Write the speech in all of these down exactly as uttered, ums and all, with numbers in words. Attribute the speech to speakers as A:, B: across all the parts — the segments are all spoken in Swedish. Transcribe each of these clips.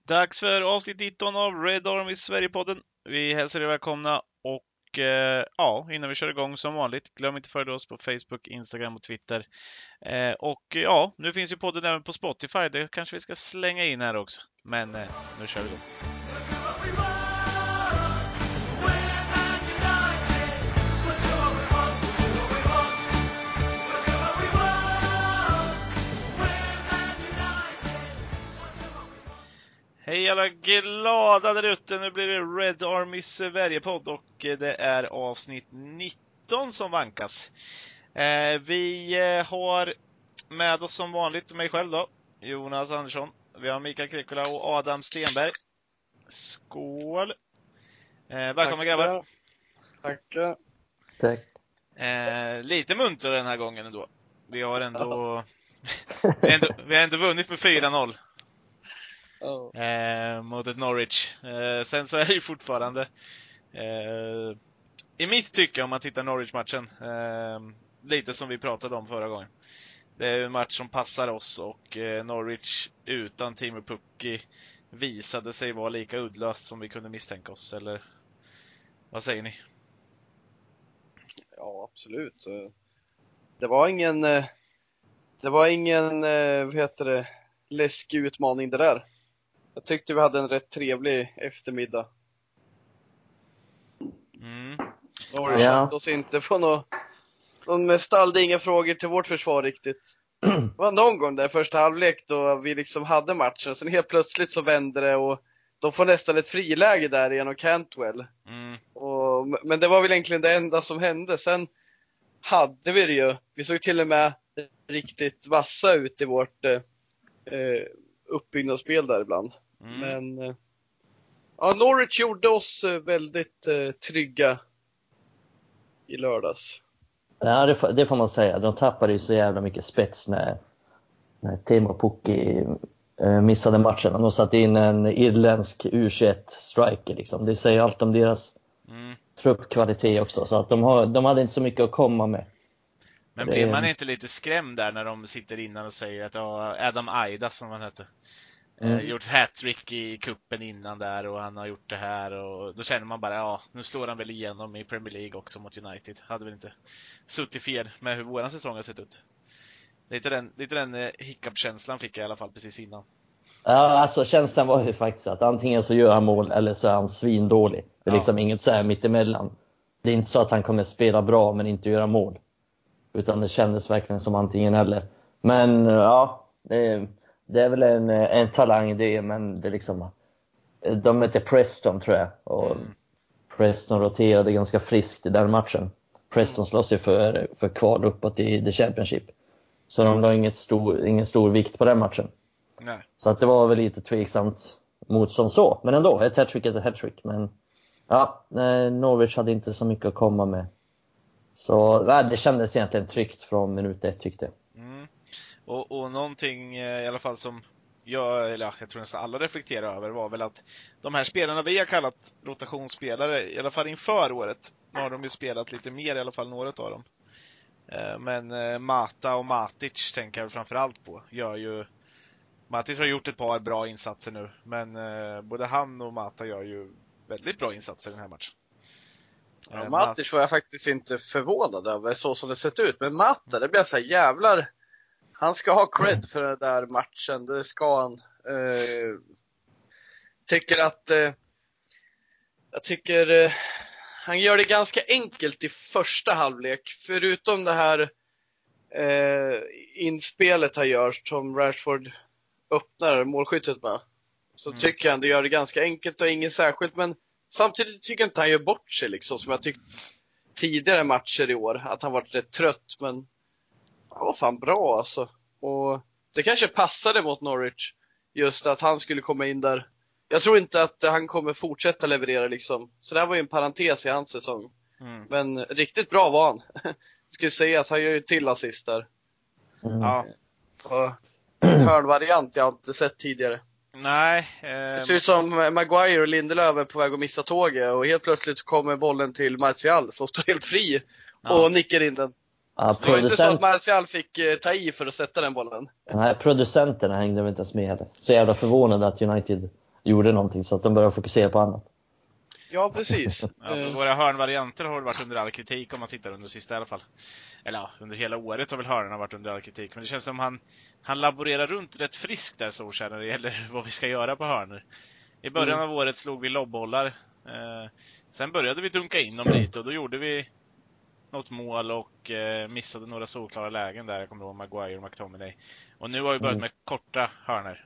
A: Dags för avsnitt nitton av Red Army Sverige-podden. Vi hälsar er välkomna och eh, ja, innan vi kör igång som vanligt, glöm inte att följa oss på Facebook, Instagram och Twitter. Eh, och ja, nu finns ju podden även på Spotify, det kanske vi ska slänga in här också. Men eh, nu kör vi igång. Hej alla glada där ute, nu blir det Red Army Sverige-podd och det är avsnitt nitton som vankas. Eh, vi har med oss som vanligt mig själv då, Jonas Andersson. Vi har Mikael Krikola och Adam Stenberg. Skål! Eh, välkomna grabbar.
B: Tackar.
C: Tack.
A: Eh, lite muntrare den här gången ändå. Vi har ändå, vi har ändå, vi har ändå vunnit med fyra noll.
B: Oh.
A: Eh, mot ett Norwich. Eh, sen så är det ju fortfarande eh, i mitt tycke, om man tittar Norwich-matchen, eh, lite som vi pratade om förra gången. Det är en match som passar oss och eh, Norwich utan Teemu Pukki visade sig vara lika uddlöst som vi kunde misstänka oss. Eller vad säger ni?
B: Ja, absolut. Det var ingen det var ingen vad heter det, läskig utmaning det där. Jag tyckte vi hade en rätt trevlig eftermiddag.
A: Mm.
B: Norwich ja. oss inte på något. De ställde inga frågor till vårt försvar riktigt. Det var någon gång där första halvlek då vi liksom hade matchen. Sen helt plötsligt så vände det och de får nästan ett friläge där genom Cantwell. Mm. Och, men det var väl egentligen det enda som hände. Sen hade vi det ju. Vi såg till och med riktigt vassa ut i vårt eh, uppbyggnadsspel där ibland. Mm. Men eh, ja, Norwich gjorde oss väldigt eh, trygga i lördags.
C: Ja, det får, det får man säga. De tappade ju så jävla mycket spets när, när Teemu Pukki eh, missade matchen. De satte in en irländsk U tjugoett-striker. Liksom. Det säger allt om deras mm. truppkvalitet också. Så att de, har, de hade inte så mycket att komma med.
A: Men blir man inte lite skrämd där när de sitter innan och säger att ja, Adam Aida, som han hette, mm. eh, gjort hattrick i kuppen innan där och han har gjort det här, och då känner man bara, ja, nu slår han väl igenom i Premier League också mot United. Hade väl inte suttit fel med hur våran säsong har sett ut. Lite den, lite den eh, hiccup-känslan fick jag i alla fall precis innan.
C: Ja, alltså känslan var ju faktiskt att antingen så gör han mål eller så är han svindålig. Det är ja. liksom inget så här mittemellan. Det är inte så att han kommer spela bra men inte göra mål. Utan det kändes verkligen som antingen eller. Men ja, det, det är väl en, en talang det, men det är liksom, de mötte Preston tror jag. Och mm. Preston roterade ganska friskt i den matchen. Preston slåss ju för, för kval uppåt i The Championship. Så de la inget stor, ingen stor vikt på den matchen.
A: Nej.
C: Så att det var väl lite tveksamt motstånd så. Men ändå, ett hattrick är ett hattrick. Men ja, Norwich hade inte så mycket att komma med. Så nej, det kändes egentligen tryggt från minut ett tyckte jag.
A: Mm. Och, och någonting i alla fall som jag, eller jag tror nästan alla reflekterar över, var väl att de här spelarna vi har kallat rotationsspelare, i alla fall inför året, nu har de ju spelat lite mer, i alla fall några av dem. Men Mata och Matic tänker jag framförallt på. Gör ju, Matic har gjort ett par bra insatser nu, men både han och Mata gör ju väldigt bra insatser i den här matchen.
B: Ja, Matic var jag faktiskt inte förvånad över så som det sett ut. Men Mata, det blir så här jävlar. Han ska ha cred för den där matchen. Det ska han. Eh, tycker att eh, jag tycker eh, han gör det ganska enkelt i första halvlek. Förutom det här eh, inspelet han gör som Rashford öppnar målskyttet med. Så mm. tycker han det gör det ganska enkelt och inget särskilt. Men samtidigt tycker jag inte han gör bort sig liksom, som jag tyckt tidigare matcher i år. Att han varit rätt trött, men han var fan bra alltså. Och det kanske passade mot Norwich, just att han skulle komma in där. Jag tror inte att han kommer fortsätta leverera liksom. Så det här var ju en parentes i hans säsong. Mm. Men riktigt bra var han. Skulle säga att han gör ju till assist där.
A: Mm. Ja.
B: Och hörnvariant jag inte sett tidigare.
A: Nej.
B: Eh... Det ser ut som Maguire och Lindelöf är på väg att missa tåget. Och helt plötsligt kommer bollen till Martial som står helt fri och ja. nickar in den.
C: Ja,
B: så det var inte så att Martial fick eh, ta i för att sätta den bollen.
C: Nej, producenterna hängde väl inte ens med heller. Så jävla förvånad att United gjorde någonting, så att de började fokusera på annat.
B: Ja, precis.
A: Ja, för våra hörnvarianter har varit under all kritik om man tittar under sista i alla fall. Eller ja, under hela året har väl hörnorna varit under all kritik. Men det känns som han, han laborerar runt rätt friskt där, Solskjaer, när det gäller vad vi ska göra på hörnor. I början mm. av året slog vi lobbbollar. Eh, sen började vi dunka in dem lite och då gjorde vi något mål och eh, missade några solklara lägen där. Jag kommer ihåg Maguire och McTominay. Och nu har vi börjat med mm. korta hörnor.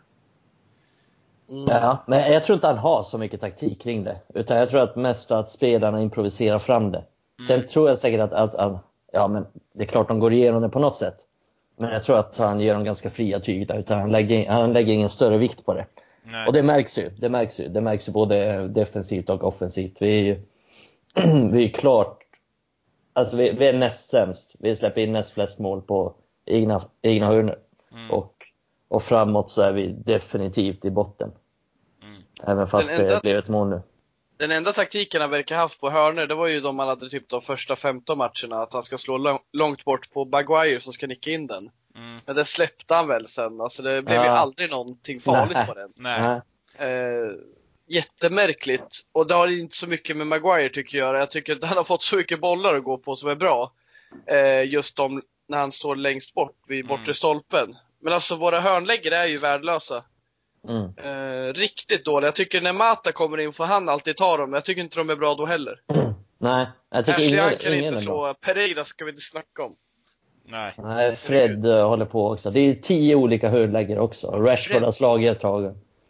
C: Mm. Ja, men jag tror inte han har så mycket taktik kring det. Utan jag tror att mest att spelarna improviserar fram det. Mm. Sen tror jag säkert att, att, att ja, men det är klart de går igenom det på något sätt. Men jag tror att han ger dem ganska fria tyglar. Utan han lägger, han lägger ingen större vikt på det. Nej. Och det märks ju. Det märks ju. Det märks ju både defensivt och offensivt. Vi är, vi är klart. Alltså vi, vi är näst sämst. Vi släpper in näst flest mål på egna, egna hörnor. Mm. Och Och framåt så är vi definitivt i botten. Mm. Även fast enda, det blev ett mål nu.
B: Den enda taktiken han verkar haft på hörnor, det var ju de man hade typ de första femton matcherna. Att han ska slå långt bort på Maguire som ska nicka in den. Mm. Men det släppte han väl sen. Alltså det blev ja. ju aldrig någonting farligt Nej. på den.
A: Nej.
B: Eh, jättemärkligt. Och det har inte så mycket med Maguire tycker jag. Jag tycker att han har fått så mycket bollar att gå på som är bra. Eh, just de, när han står längst bort vid bortre mm. stolpen. Men alltså våra hörnläggare är ju värdelösa. Mm. Eh, riktigt dåliga. Jag tycker när Mata kommer in får han alltid ta dem. Jag tycker inte de är bra då heller.
C: Mm. Nej, jag tycker
B: Ashley
C: ingen,
B: kan
C: ingen
B: inte slå. Pereira ska vi inte snacka om.
A: Nej.
C: Nej, Fred uh, håller på också. Det är tio olika hörnläggare också. Rashford har slagit ett tag.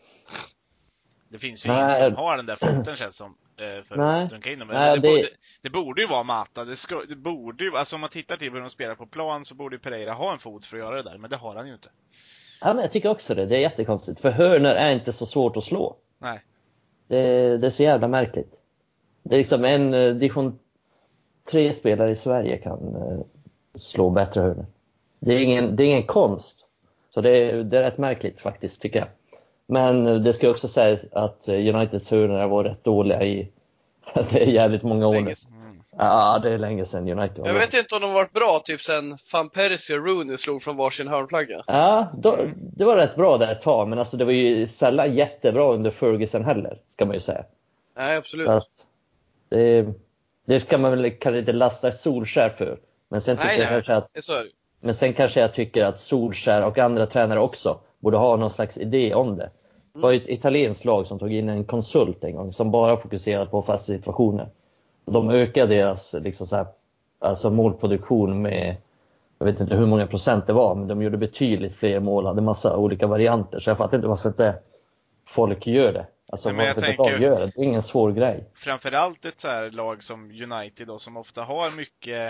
A: Det finns ju ingen som har den där foten känns som. Eh, för
C: Nej.
A: att dunka in dem.
C: Nej,
A: det,
C: det...
A: Borde, det borde ju vara Mata. Det, ska, det borde ju, alltså om man tittar till hur de spelar på plan så borde ju Pereira ha en fot för att göra det där. Men det har han ju inte.
C: Ja, men jag tycker också det. Det är jättekonstigt. För hörnor är inte så svårt att slå.
A: Nej.
C: Det, det är så jävla märkligt. Det är liksom en uh, division tre spelare i Sverige kan uh, slå bättre hörnor. Det är ingen, det är ingen konst. Så det är, det är rätt märkligt faktiskt tycker jag. Men uh, det ska också sägas att uh, Uniteds hörnor har varit rätt dåliga i det är jävligt många år nu. Mm. Ja, det är länge sedan United var
B: Jag vet inte om de har varit bra typ sen Van Persie och Rooney slog från varsin hörnflagga.
C: Ja, då, det var rätt bra där ett tag. Men alltså det var ju sällan jättebra under Ferguson heller, ska man ju säga.
B: Nej, absolut.
C: Att det, det ska man väl kanske inte lasta Solskjaer för. Men sen,
B: nej,
C: tycker jag
B: nej.
C: kanske att,
B: det är så är det.
C: men sen kanske jag tycker att Solskjaer och andra tränare också borde ha någon slags idé om det. Det var ett italienskt lag som tog in en konsult en gång som bara fokuserade på fasta situationer. De ökade deras liksom så här, alltså målproduktion med, jag vet inte hur många procent det var, men de gjorde betydligt fler mål, hade massa olika varianter. Så jag fattar inte varför inte folk gör det. Alltså
A: Nej,
C: varför
A: jag
C: inte
A: tänker,
C: lag gör det. Det är ingen svår grej.
A: Framförallt ett så här lag som United då, som ofta har mycket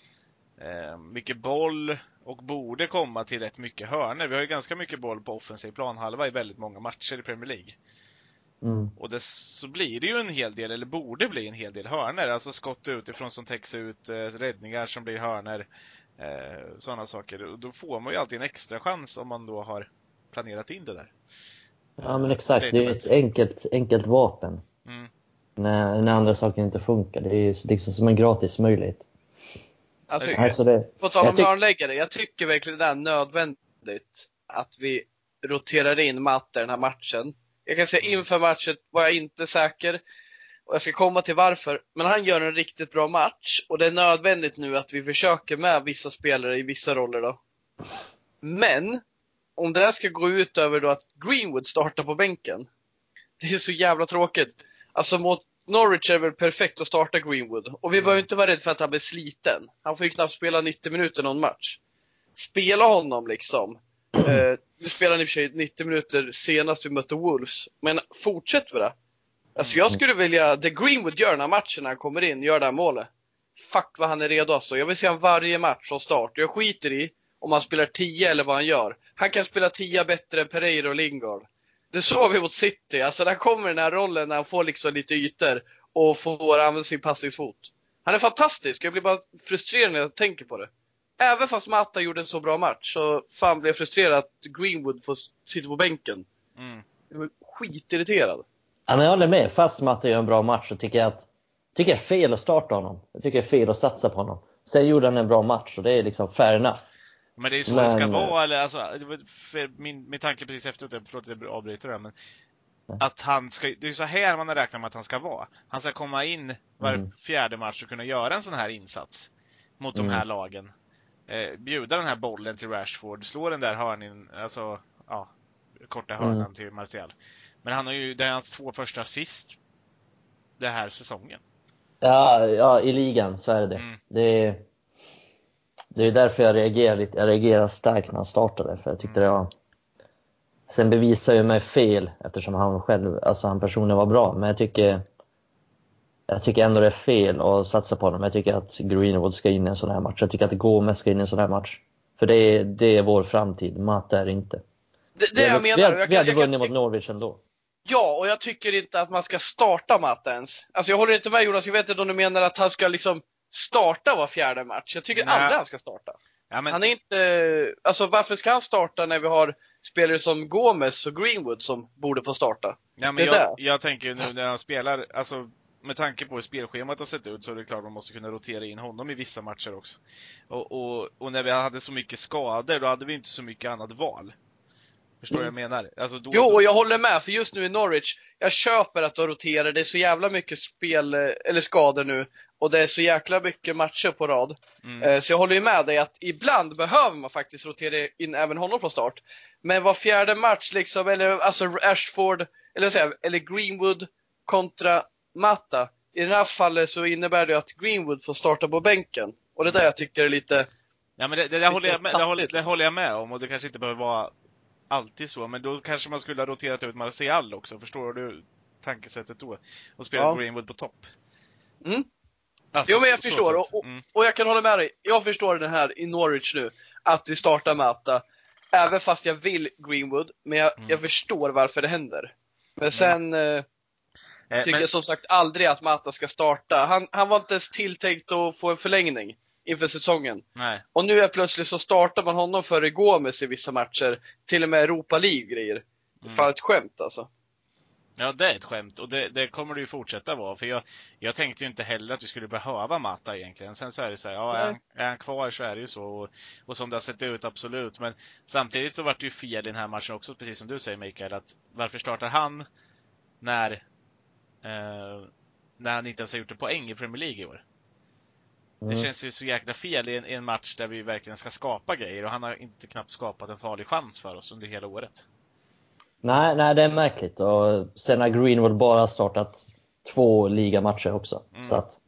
A: eh, mycket boll och borde komma till rätt mycket hörnor. Vi har ju ganska mycket boll på offensiv planhalva i väldigt många matcher i Premier League. Mm. Och det, så blir det ju en hel del, eller borde bli en hel del hörnor. Alltså skott utifrån som täcks ut, eh, räddningar som blir hörnor, eh, sådana saker. Och då får man ju alltid en extra chans om man då har planerat in det där.
C: Ja, men exakt. Det är ett enkelt, enkelt vapen. Mm. När, när andra saker inte funkar. Det är liksom som en gratis möjlighet.
B: Alltså,
C: alltså det,
B: på tal om hörnläggare, jag tycker verkligen det är nödvändigt att vi roterar in Matta i den här matchen. Jag kan säga inför matchen var jag inte säker och jag ska komma till varför. Men han gör en riktigt bra match och det är nödvändigt nu att vi försöker med vissa spelare i vissa roller då. Men om det här ska gå ut över då att Greenwood startar på bänken, det är så jävla tråkigt. Alltså mot Norwich är det väl perfekt att starta Greenwood. Och vi behöver inte vara rädda för att han blir sliten. Han får ju knappt spela nittio minuter någon match. Spela honom liksom. Eh, vi spelade i och för sig nittio minuter senast vi mötte Wolves. Men fortsätt med det. Alltså jag skulle vilja, det Greenwood gör den här matchen när han kommer in, gör det här målet. Fuck vad han är redo alltså. Jag vill se han varje match från start. Jag skiter i om han spelar tio eller vad han gör. Han kan spela tio bättre än Pereira och Lingard. Det såg vi mot City. Alltså där kommer den här rollen när han får liksom lite ytor och får använda sin passningsfot. Han är fantastisk. Jag blir bara frustrerad när jag tänker på det. Även fast Mata gjorde en så bra match så fan blev jag frustrerad att Greenwood får sitta på bänken. Mm. Jag var skitirriterad.
C: Ja, men jag håller med. Fast Mata gör en bra match så tycker jag att tycker jag är fel att starta honom. Jag tycker det är fel att satsa på honom. Sen gjorde han en bra match och det är liksom fair enough.
A: Men det är så men... det ska vara, eller alltså, det var min, min tanke precis efteråt, förlåt att jag avbryter det, men att han ska, det är så här man har räknat med att han ska vara. Han ska komma in var
C: Mm.
A: fjärde match och kunna göra en sån här insats mot de här
C: Mm.
A: lagen. Eh, bjuda den här bollen till Rashford, slå den där hörnin, alltså ja, korta hörnan
C: Mm.
A: till Martial. Men han har ju, det är hans två första assist det här säsongen.
C: Ja, ja, i ligan så är det det.
A: Mm.
C: Det är, det är därför jag reagerar lite. Jag reagerar starkt när han startade. För jag tyckte
A: Mm.
C: det var... Sen bevisar ju mig fel eftersom han själv, alltså han personen var bra. Men jag tycker, jag tycker ändå det är fel att satsa på honom. Jag tycker att Greenwood ska in i en sån här match. Jag tycker att Gomez ska in i en sån här match. För det är, det är vår framtid. Matt är inte.
B: Det, det jag menar.
C: Vi,
B: jag
C: vi
B: kan,
C: hade
B: jag kan,
C: vunnit mot Norwich ändå.
B: Ja, och jag tycker inte att man ska starta Matt ens. Alltså jag håller inte med Jonas, jag vet inte om du menar att han ska liksom starta var fjärde match. Jag tycker
A: Nej.
B: aldrig han ska starta.
A: Ja, men,
B: Han är inte, alltså varför ska han starta när vi har spelare som Gomez och Greenwood som borde få starta?
A: ja, men
B: det är
A: jag,
B: det.
A: jag tänker ju nu när han spelar, alltså med tanke på hur spelschemat har sett ut så är det klart att man måste kunna rotera in honom i vissa matcher också. Och, och, och när vi hade så mycket skador, då hade vi inte så mycket annat val. Förstår
B: Mm.
A: vad jag menar? Alltså då,
B: Jo,
A: då...
B: och jag håller med, för just nu i Norwich, jag köper att de roterar, det är så jävla mycket spel, eller skador nu, och det är så jäkla mycket matcher på rad.
A: Mm.
B: Eh, Så jag håller ju med dig att ibland behöver man faktiskt rotera in även honom på start. Men var fjärde match liksom, eller alltså Rashford, eller, säga, eller Greenwood kontra Mata. I det här fallet så innebär det att Greenwood får starta på bänken. Och det är där jag tycker är lite...
A: Ja, men det, det, det, håller jag med, det, håller,
B: tappigt.
A: det håller jag med om, och det kanske inte behöver vara alltid så, men då kanske man skulle ha roterat ut Martial också, förstår du tankesättet då? Och spela
B: Ja.
A: Greenwood på topp.
B: Mm.
A: Alltså,
B: Jo, men jag
A: så-
B: förstår.
A: så
B: Och,
A: sätt.
B: och,
A: Mm.
B: och jag kan hålla med dig. Jag förstår det här i Norwich nu. Att vi startar Mata. Även fast jag vill Greenwood. Men jag,
A: Mm.
B: jag förstår varför det händer. Men sen eh,
A: Eh,
B: tycker
A: men,
B: jag som sagt aldrig att Mata ska starta. Han, han var inte ens tilltänkt att få en förlängning inför säsongen.
A: nej.
B: Och nu är plötsligt så startar man honom före Gomez i vissa matcher. Till och med Europa League-grejer.
A: Mm.
B: Fan, ett skämt alltså.
A: Ja, det är ett skämt, och det, det kommer det ju fortsätta vara, för jag, jag tänkte ju inte heller att vi skulle behöva Mata egentligen. Sen så är det så här, ja, är han, är han kvar så är det ju så, och, och som det har sett ut, absolut. Men samtidigt så var det ju fel i den här matchen också, precis som du säger Mikael, att varför startar han när eh, när han inte ens har gjort en poäng i Premier League i år?
C: Mm.
A: Det känns ju så jäkla fel i en, i en match där vi verkligen ska skapa grejer, och han har inte knappt skapat en farlig chans för oss under hela året.
C: Nej, nej, det är märkligt. Och sen har Greenwood bara startat två ligamatcher också.
A: Mm.
C: Så att,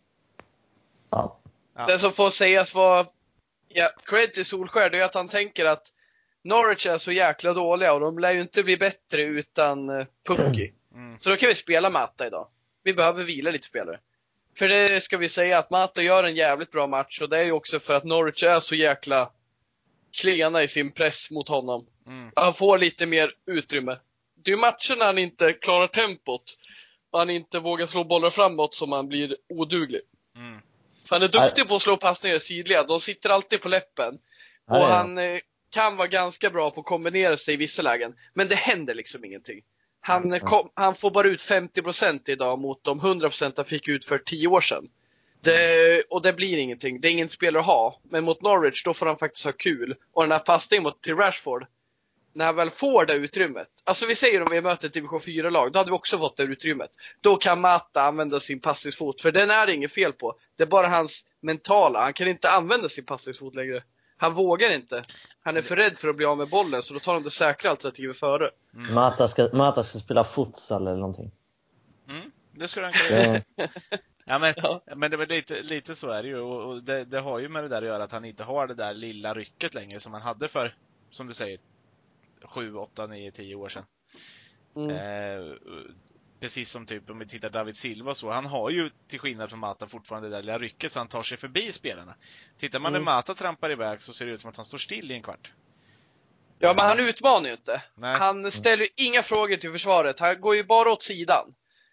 C: ja.
A: Ja.
B: Det som får sägas vara ja, cred till Solskär, det är att han tänker att Norwich är så jäkla dåliga och de lär ju inte bli bättre utan uh, Pukki.
A: Mm.
B: Så då kan vi spela Mata idag. Vi behöver vila lite spelare. För det ska vi säga att Mata gör en jävligt bra match, och det är ju också för att Norwich är så jäkla klena i sin press mot honom.
A: Mm.
B: Han får lite mer utrymme. Det är ju matcherna han inte klarar tempot och han inte vågar slå bollar framåt som han blir oduglig.
A: Mm.
B: För han är duktig på att slå passningar i sidled. De sitter alltid på läppen.
C: Ja, det
B: Och
C: är
B: han eh, kan vara ganska bra på att kombinera sig i vissa lägen. Men det händer liksom ingenting. Han, eh, kom, han får bara ut femtio procent idag mot de hundra procent han fick ut för tio år sedan. Det, och det blir ingenting. Det är ingen spelare att ha. Men mot Norwich då får han faktiskt ha kul. Och den här passningen mot till Rashford, när han väl får det utrymmet. Alltså vi säger om vi möter ett division fyra-lag, då hade vi också fått det utrymmet. Då kan Mata använda sin passningsfot, för den är det inget fel på. Det är bara hans mentala. Han kan inte använda sin passningsfot längre. Han vågar inte. Han är för rädd för att bli av med bollen, så då tar de det säkra alternativet före.
A: Mm.
C: Mata, ska, Mata ska spela futsal eller någonting.
A: Mm. Det skulle han kunna göra.
C: Det,
A: Ja, men,
B: Ja.
A: men det var lite, lite så är det ju, och, och det, det har ju med det där att göra att han inte har det där lilla rycket längre som han hade för, som du säger, sju, åtta, nio, tio år sedan.
B: Mm.
A: Eh, precis som typ om vi tittar David Silva så, han har ju till skillnad från Mata fortfarande det där lilla rycket, så han tar sig förbi spelarna. Tittar man
B: Mm.
A: när Mata trampar iväg så ser det ut som att han står still i en kvart.
B: Ja, men han utmanar ju inte.
A: Nej.
B: Han ställer ju inga frågor till försvaret. Han går ju bara åt sidan.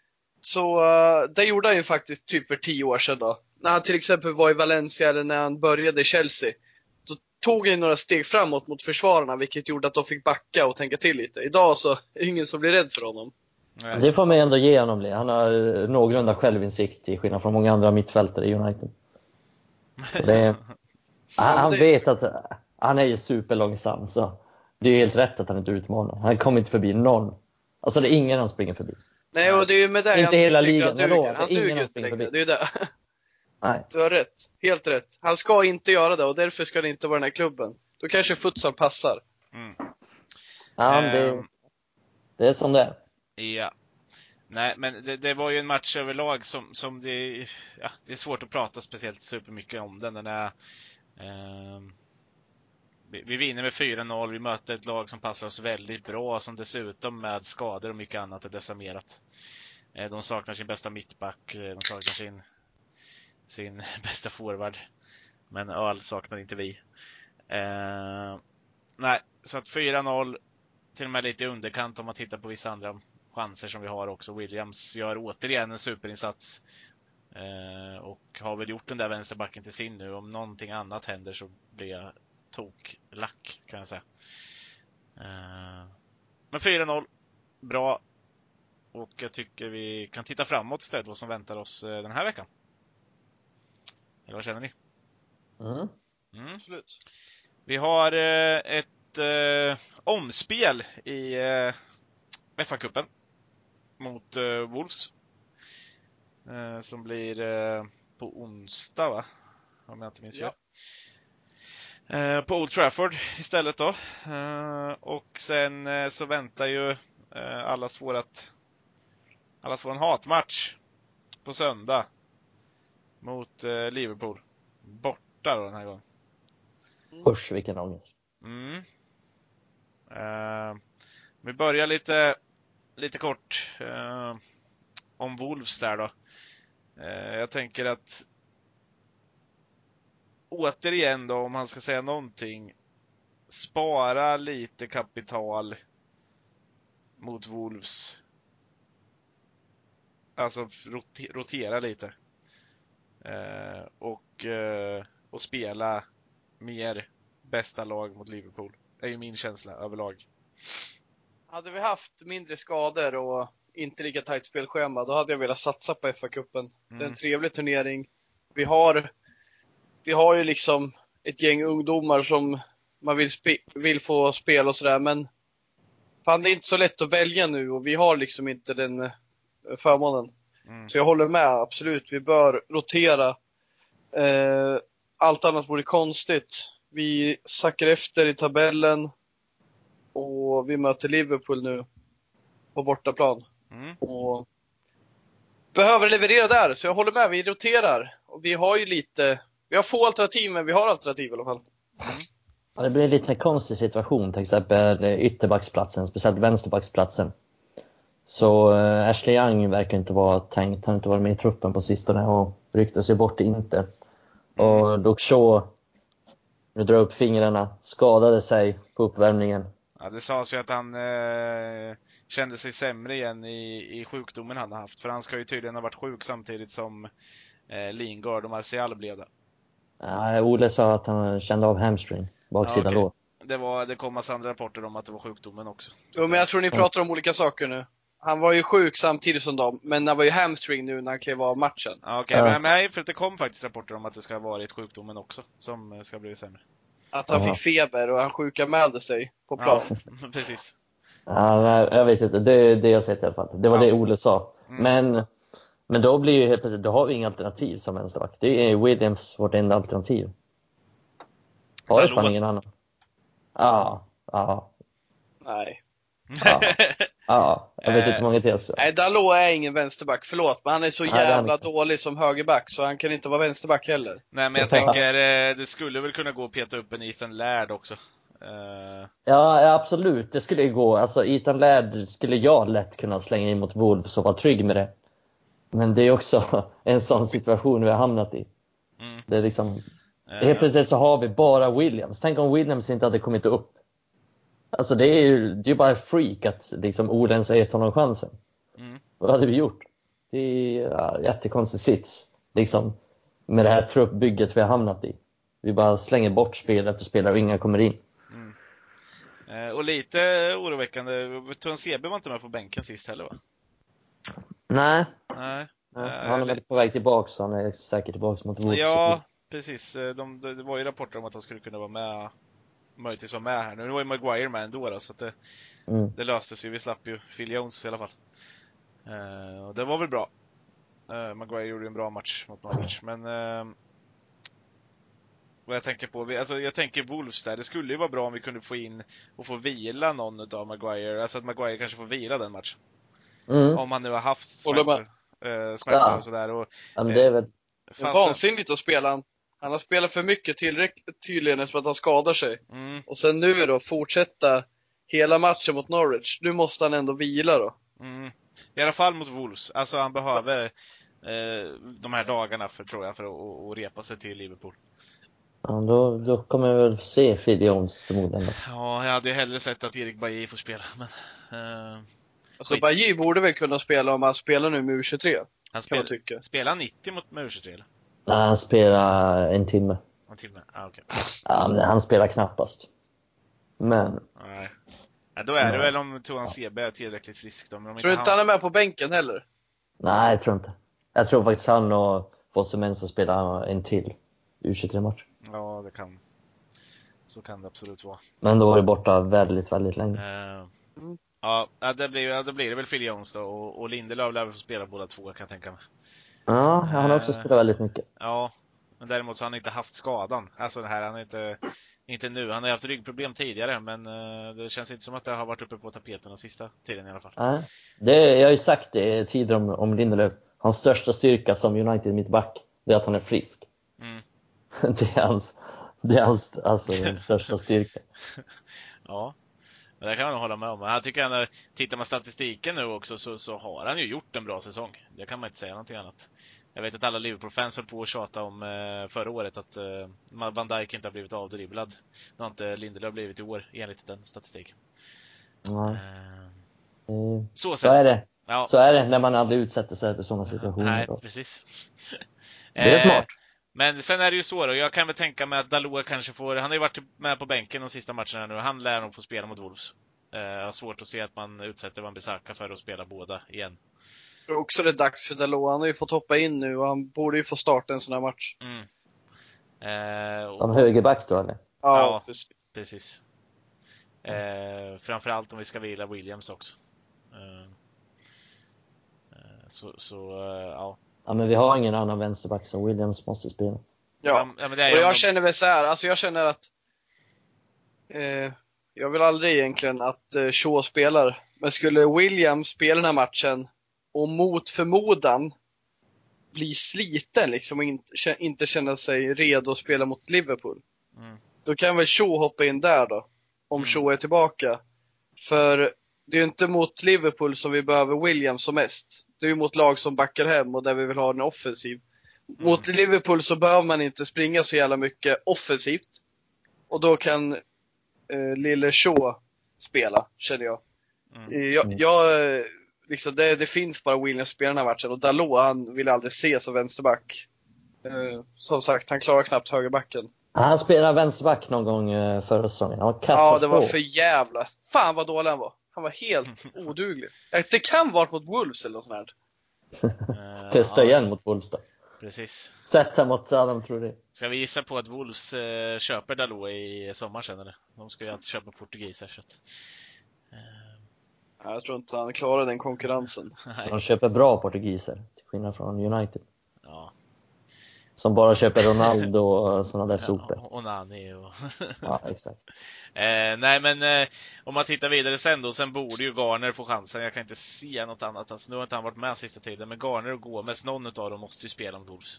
B: Så uh, det gjorde han ju faktiskt typ för tio år sedan då. När han till exempel var i Valencia eller när han började i Chelsea. Då tog han några steg framåt mot försvararna, vilket gjorde att de fick backa och tänka till lite. Idag så är det ingen som blir rädd för honom.
A: Nej.
C: det får man ändå ge honom det. Han har eh, någorlunda självinsikt i skillnad från många andra mittfältare i United. Så det är, han, han
B: det är
C: vet att han är ju superlångsam, så det är helt rätt att han inte utmanar. Han kommer inte förbi någon. Alltså det är ingen han springer förbi.
B: Nej, och det är ju med det
C: inte hela ligan.
B: han duger.
C: Då,
B: han
C: ingen
B: duger
C: han
B: inte längre.
C: förbi.
B: Det är ju det.
C: Nej.
B: Du har rätt. Helt rätt. Han ska inte göra det och därför ska det inte vara den här klubben. Då kanske futsal passar.
A: Mm.
C: Ja, det,
A: Ehm,
C: det är som det är.
A: Ja. Nej, men det, det var ju en match överlag som, som det, ja, det är svårt att prata speciellt supermycket om den. Den är, ehm, vi, vi vinner med fyra noll, vi möter ett lag som passar oss väldigt bra, som dessutom med skador och mycket annat är decimerat. Eh, de saknar sin bästa mittback, eh, de saknar sin, sin bästa forward. Men öl saknar inte vi. Eh, nej, så att fyra noll, till och med lite i underkant om man tittar på vissa andra chanser som vi har också. Williams gör återigen en superinsats eh, och har väl gjort den där vänsterbacken till sin nu. Om någonting annat händer så blir jag toklack, kan jag säga. Eh, men fyra noll, bra. Och jag tycker vi kan titta framåt istället, vad som väntar oss eh, den här veckan. Eller vad känner ni?
C: Mm.
A: Mm.
B: Absolut.
A: Vi har eh, ett eh, omspel i eh, F A-cupen mot eh, Wolves. Eh, som blir eh, på onsdag, va? Om jag inte minns fel.
B: Ja.
A: Eh, på Old Trafford istället då. Eh, och sen eh, så väntar ju eh, allas vårat allas våran hatmatch på söndag mot eh, Liverpool. Borta då den här gången.
C: Usch, vilken ångest.
A: Mm. Eh, vi börjar lite lite kort eh, om Wolves där då. Eh, jag tänker att återigen då, om man ska säga någonting, spara lite kapital mot Wolves. Alltså rotera lite. Eh, och, eh, och spela mer bästa lag mot Liverpool. Det är ju min känsla överlag.
B: Hade vi haft mindre skador och inte lika tajt spelschema, då hade jag velat satsa på F A-cupen. Mm. Det är en trevlig turnering. Vi har, vi har ju liksom ett gäng ungdomar som man vill, spe, vill få spela och sådär, men fan, det är inte så lätt att välja nu och vi har liksom inte den förmånen. Mm. Så jag håller med, absolut. Vi bör rotera. Eh, allt annat vore konstigt. Vi sackar efter i tabellen och vi möter Liverpool nu på bortaplan. Mm. Och behöver leverera där, så jag håller med, vi roterar. Och vi har ju lite, vi har få alternativ, men vi har alternativ i alla fall. Mm.
C: Ja, det blir en lite konstig situation, till exempel ytterbacksplatsen, speciellt vänsterbacksplatsen. Så uh, Ashley Young verkar inte vara tänkt, han har inte varit med i truppen på sistone och ryktas ju bort inte. Mm. Och Luke Shaw, nu drar upp fingrarna, skadade sig på uppvärmningen.
A: Ja, det sades ju att han eh, kände sig sämre igen i, i sjukdomen han har haft. För han ska ju tydligen ha varit sjuk samtidigt som eh, Lingard och Martial blev det.
C: Ja, Ole sa att han kände av hamstring, baksidan
A: ja, okay.
C: lår.
A: Det, var, det kom massa andra rapporter om att det var sjukdomen också.
B: Jo, men jag tror ni pratar om olika saker nu. Han var ju sjuk samtidigt som dem, men det var ju hamstring nu när han klev av matchen.
A: Okej, okay, ja. men nej, för det kom faktiskt rapporter om att det ska ha varit sjukdomen också som ska bli sämre.
B: Att han Aha. fick feber och han sjukanmälde sig på plan.
A: Ja, precis.
C: Ja, jag vet inte, det är det jag sett i alla fall. Det var ja. det Ole sa. Mm. Men, men då blir ju helt plötsligt, då har vi inga alternativ som vänsterback. Det är Williams vårt enda alternativ. Har det fan ingen annan? Ja, ja.
B: Nej.
C: Ja, ja. Jag vet inte hur många till.
B: Nej, Dalot är ingen vänsterback, förlåt. Men han är så jävla Nej, dålig som högerback, så han kan inte vara vänsterback heller.
A: Nej, men jag tänker, det skulle väl kunna gå att peta upp en Ethan Laird också.
C: Uh... Ja, absolut. Det skulle gå. Alltså, Ethan Laird skulle jag lätt kunna slänga in mot Wolves och vara trygg med det. Men det är också en sån situation vi har hamnat i. Mm. Det är liksom... Uh... Helt plötsligt så har vi bara Williams. Tänk om Williams inte hade kommit upp. Alltså det är ju det är bara freak att liksom Oden säger honom chansen. Mm. Vad hade vi gjort? Det är ja, jättekonstig sits liksom, med det här truppbygget vi har hamnat i. Vi bara slänger bort spel efter spelare och inga kommer in.
A: Mm. Eh, och lite oroväckande, Tuan Sebe var inte med på bänken sist heller, va?
C: Nej.
A: Nej.
C: Nej. Han är väl på väg tillbaka, så han är säkert tillbaka mot Wolves.
A: Ja, precis. De, det var ju rapporter om att han skulle kunna vara med möjligtvis vara med här. Nu var ju Maguire med ändå då, så att det, mm. det löste sig. Vi slapp ju Phil Jones i alla fall. Uh, och det var väl bra. Uh, Maguire gjorde en bra match mot Norwich. Men uh, vad jag tänker på, vi, alltså jag tänker Wolves där. Det skulle ju vara bra om vi kunde få in och få vila någon av Maguire. Alltså att Maguire kanske får vila den matchen. Mm. Om han nu har haft smärtor, uh, smärtor ja. och sådär. Och,
C: ja, men det är väl
B: det är vansinnigt att spela han. Han har spelat för mycket tillräckligt tydligen så att han skadar sig. Mm. Och sen nu då fortsätta hela matchen mot Norwich. Nu måste han ändå vila då.
A: Mm. I alla fall mot Wolves. Alltså han behöver eh, de här dagarna för, tror jag, för att, att repa sig till Liverpool.
C: Ja, då, då kommer vi väl se Phil Jones förmodligen.
A: Ja, jag hade ju hellre sett att Erik Bailly får spela. Men, eh,
B: alltså Bailly borde väl kunna spela om han spelar nu med U tjugotre.
A: Han spel, tycka. Spelar nittio mot med U tjugotre eller?
C: Nej, han spelar en timme.
A: En timme, ah, okej.
C: Okay. Ja, men han spelar knappast. Men...
A: Nej. Ja, då är det väl om Toan Sebe är tillräckligt frisk då. Men om
B: tror du inte han... han är med på bänken heller?
C: Nej, jag tror inte. Jag tror faktiskt han och Fosse Mensah spelar en till U tjugotre-match.
A: Ja, det kan. Så kan det absolut vara.
C: Men då var det borta väldigt, väldigt länge.
A: Uh, mm. Ja, det blir, ja, då blir det väl Phil Jones då. Och, och Lindelöf lär väl få spela båda två, kan jag tänka mig.
C: Ja, han har också uh, spelat väldigt mycket.
A: Ja, men däremot så har han inte haft skadan. Alltså det här, han är inte... Inte nu, han har haft ryggproblem tidigare, men uh, det känns inte som att det har varit uppe på tapeten den sista tiden i alla fall.
C: Nej, det, jag har ju sagt det tidigare om, om Lindelöf. Hans största styrka som United mittback, det är att han är frisk. Mm. det är hans, det är hans alltså, den största styrka.
A: Ja, det kan man hålla med om. Jag tycker att tittar man statistiken nu också så, så har han ju gjort en bra säsong. Det kan man inte säga någonting annat. Jag vet att alla Liverpool-fans höll på att tjata om eh, förra året att eh, Van Dijk inte har blivit avdribblad. Det har inte Lindelöf blivit i år enligt den statistiken.
C: Ja.
A: Eh,
C: mm.
A: Så,
C: så är det. Ja. Så är det när man aldrig utsätter sig för sådana situationer.
A: Nej,
C: då.
A: precis.
C: Det är smart. Eh,
A: men sen är det ju så då. Jag kan väl tänka mig att Dalot kanske får... Han har ju varit med på bänken de sista matcherna nu. Han lär nog få spela mot Wolves. Eh, jag har svårt att se att man utsätter Wan-Bissaka för att spela båda igen.
B: Jag tror också det är dags för Dalot. Han har ju fått hoppa in nu och han borde ju få starta en sån här match.
A: Mm.
C: Eh, och... Som högerback då, eller?
A: Ja, ja precis. precis. Eh, framförallt om vi ska vila Williams också. Eh, så, så eh, ja.
C: Ja, men vi har ingen annan vänsterback som Williams måste spela.
B: Ja, ja men det är och jag de... känner väl så här, alltså jag känner att eh, jag vill aldrig egentligen att eh, Shaw spelar. Men skulle Williams spela den här matchen och mot förmodan bli sliten liksom och inte, inte känna sig redo att spela mot Liverpool. Mm. Då kan väl Shaw hoppa in där då. Om mm. Shaw är tillbaka. För det är ju inte mot Liverpool som vi behöver Williams som mest. Det är ju mot lag som backar hem och där vi vill ha en offensiv. Mm. Mot Liverpool så behöver man inte springa så jävla mycket offensivt. Och då kan eh, lille Shaw spela, känner jag. Mm. Jag, jag liksom, det, det finns bara Williams spela den här matchen. Och Dalot, han vill aldrig se som vänsterback. Eh, som sagt, han klarar knappt högerbacken.
C: Han spelade vänsterback någon gång förra säsongen. Han var
B: ja, det var för jävla. Fan vad dålig han var. Han var helt oduglig. Det kan vara mot Wolves eller något sånt
C: här. Testa ja. igen mot Wolves då.
A: Precis.
C: Sätta mot Adam, tror du.
A: Ska vi gissa på att Wolves eh, köper Dalot i sommar sen eller? De ska ju alltid köpa portugiser så att,
B: eh... ja, jag tror inte han klarar den konkurrensen.
C: De köper bra portugiser till skillnad från United.
A: Ja.
C: Som bara köper Ronaldo och sådana där sopor.
A: Ja, och Nani och...
C: ja, exakt.
A: Eh, nej, men eh, om man tittar vidare sen då, sen borde ju Garner få chansen. Jag kan inte se något annat. Alltså, nu har inte han varit med sista tiden, men Garner och Gomes, någon av dem måste ju spela om Wolves.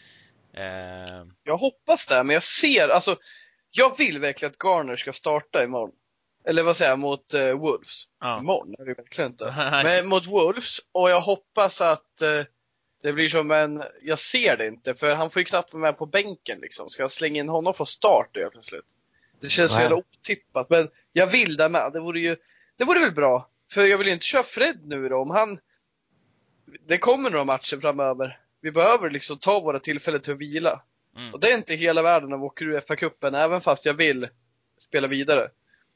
A: Eh...
B: Jag hoppas det, men jag ser, alltså, jag vill verkligen att Garner ska starta imorgon. Eller vad säger jag, mot eh, Wolves. Ja. Imorgon är det verkligen inte. Men mot Wolves, och jag hoppas att eh, det blir som en, jag ser det inte, för han får ju knappt vara med på bänken liksom. Ska jag slänga in honom från start då plötsligt? Det känns så jävla otippat, men jag vill det med. Det vore ju, det vore väl bra. För jag vill inte köra Fred nu då, om han, det kommer några matcher framöver. Vi behöver liksom ta våra tillfällen till att vila. Mm. Och det är inte hela världen av åker ur F A-cupen, även fast jag vill spela vidare.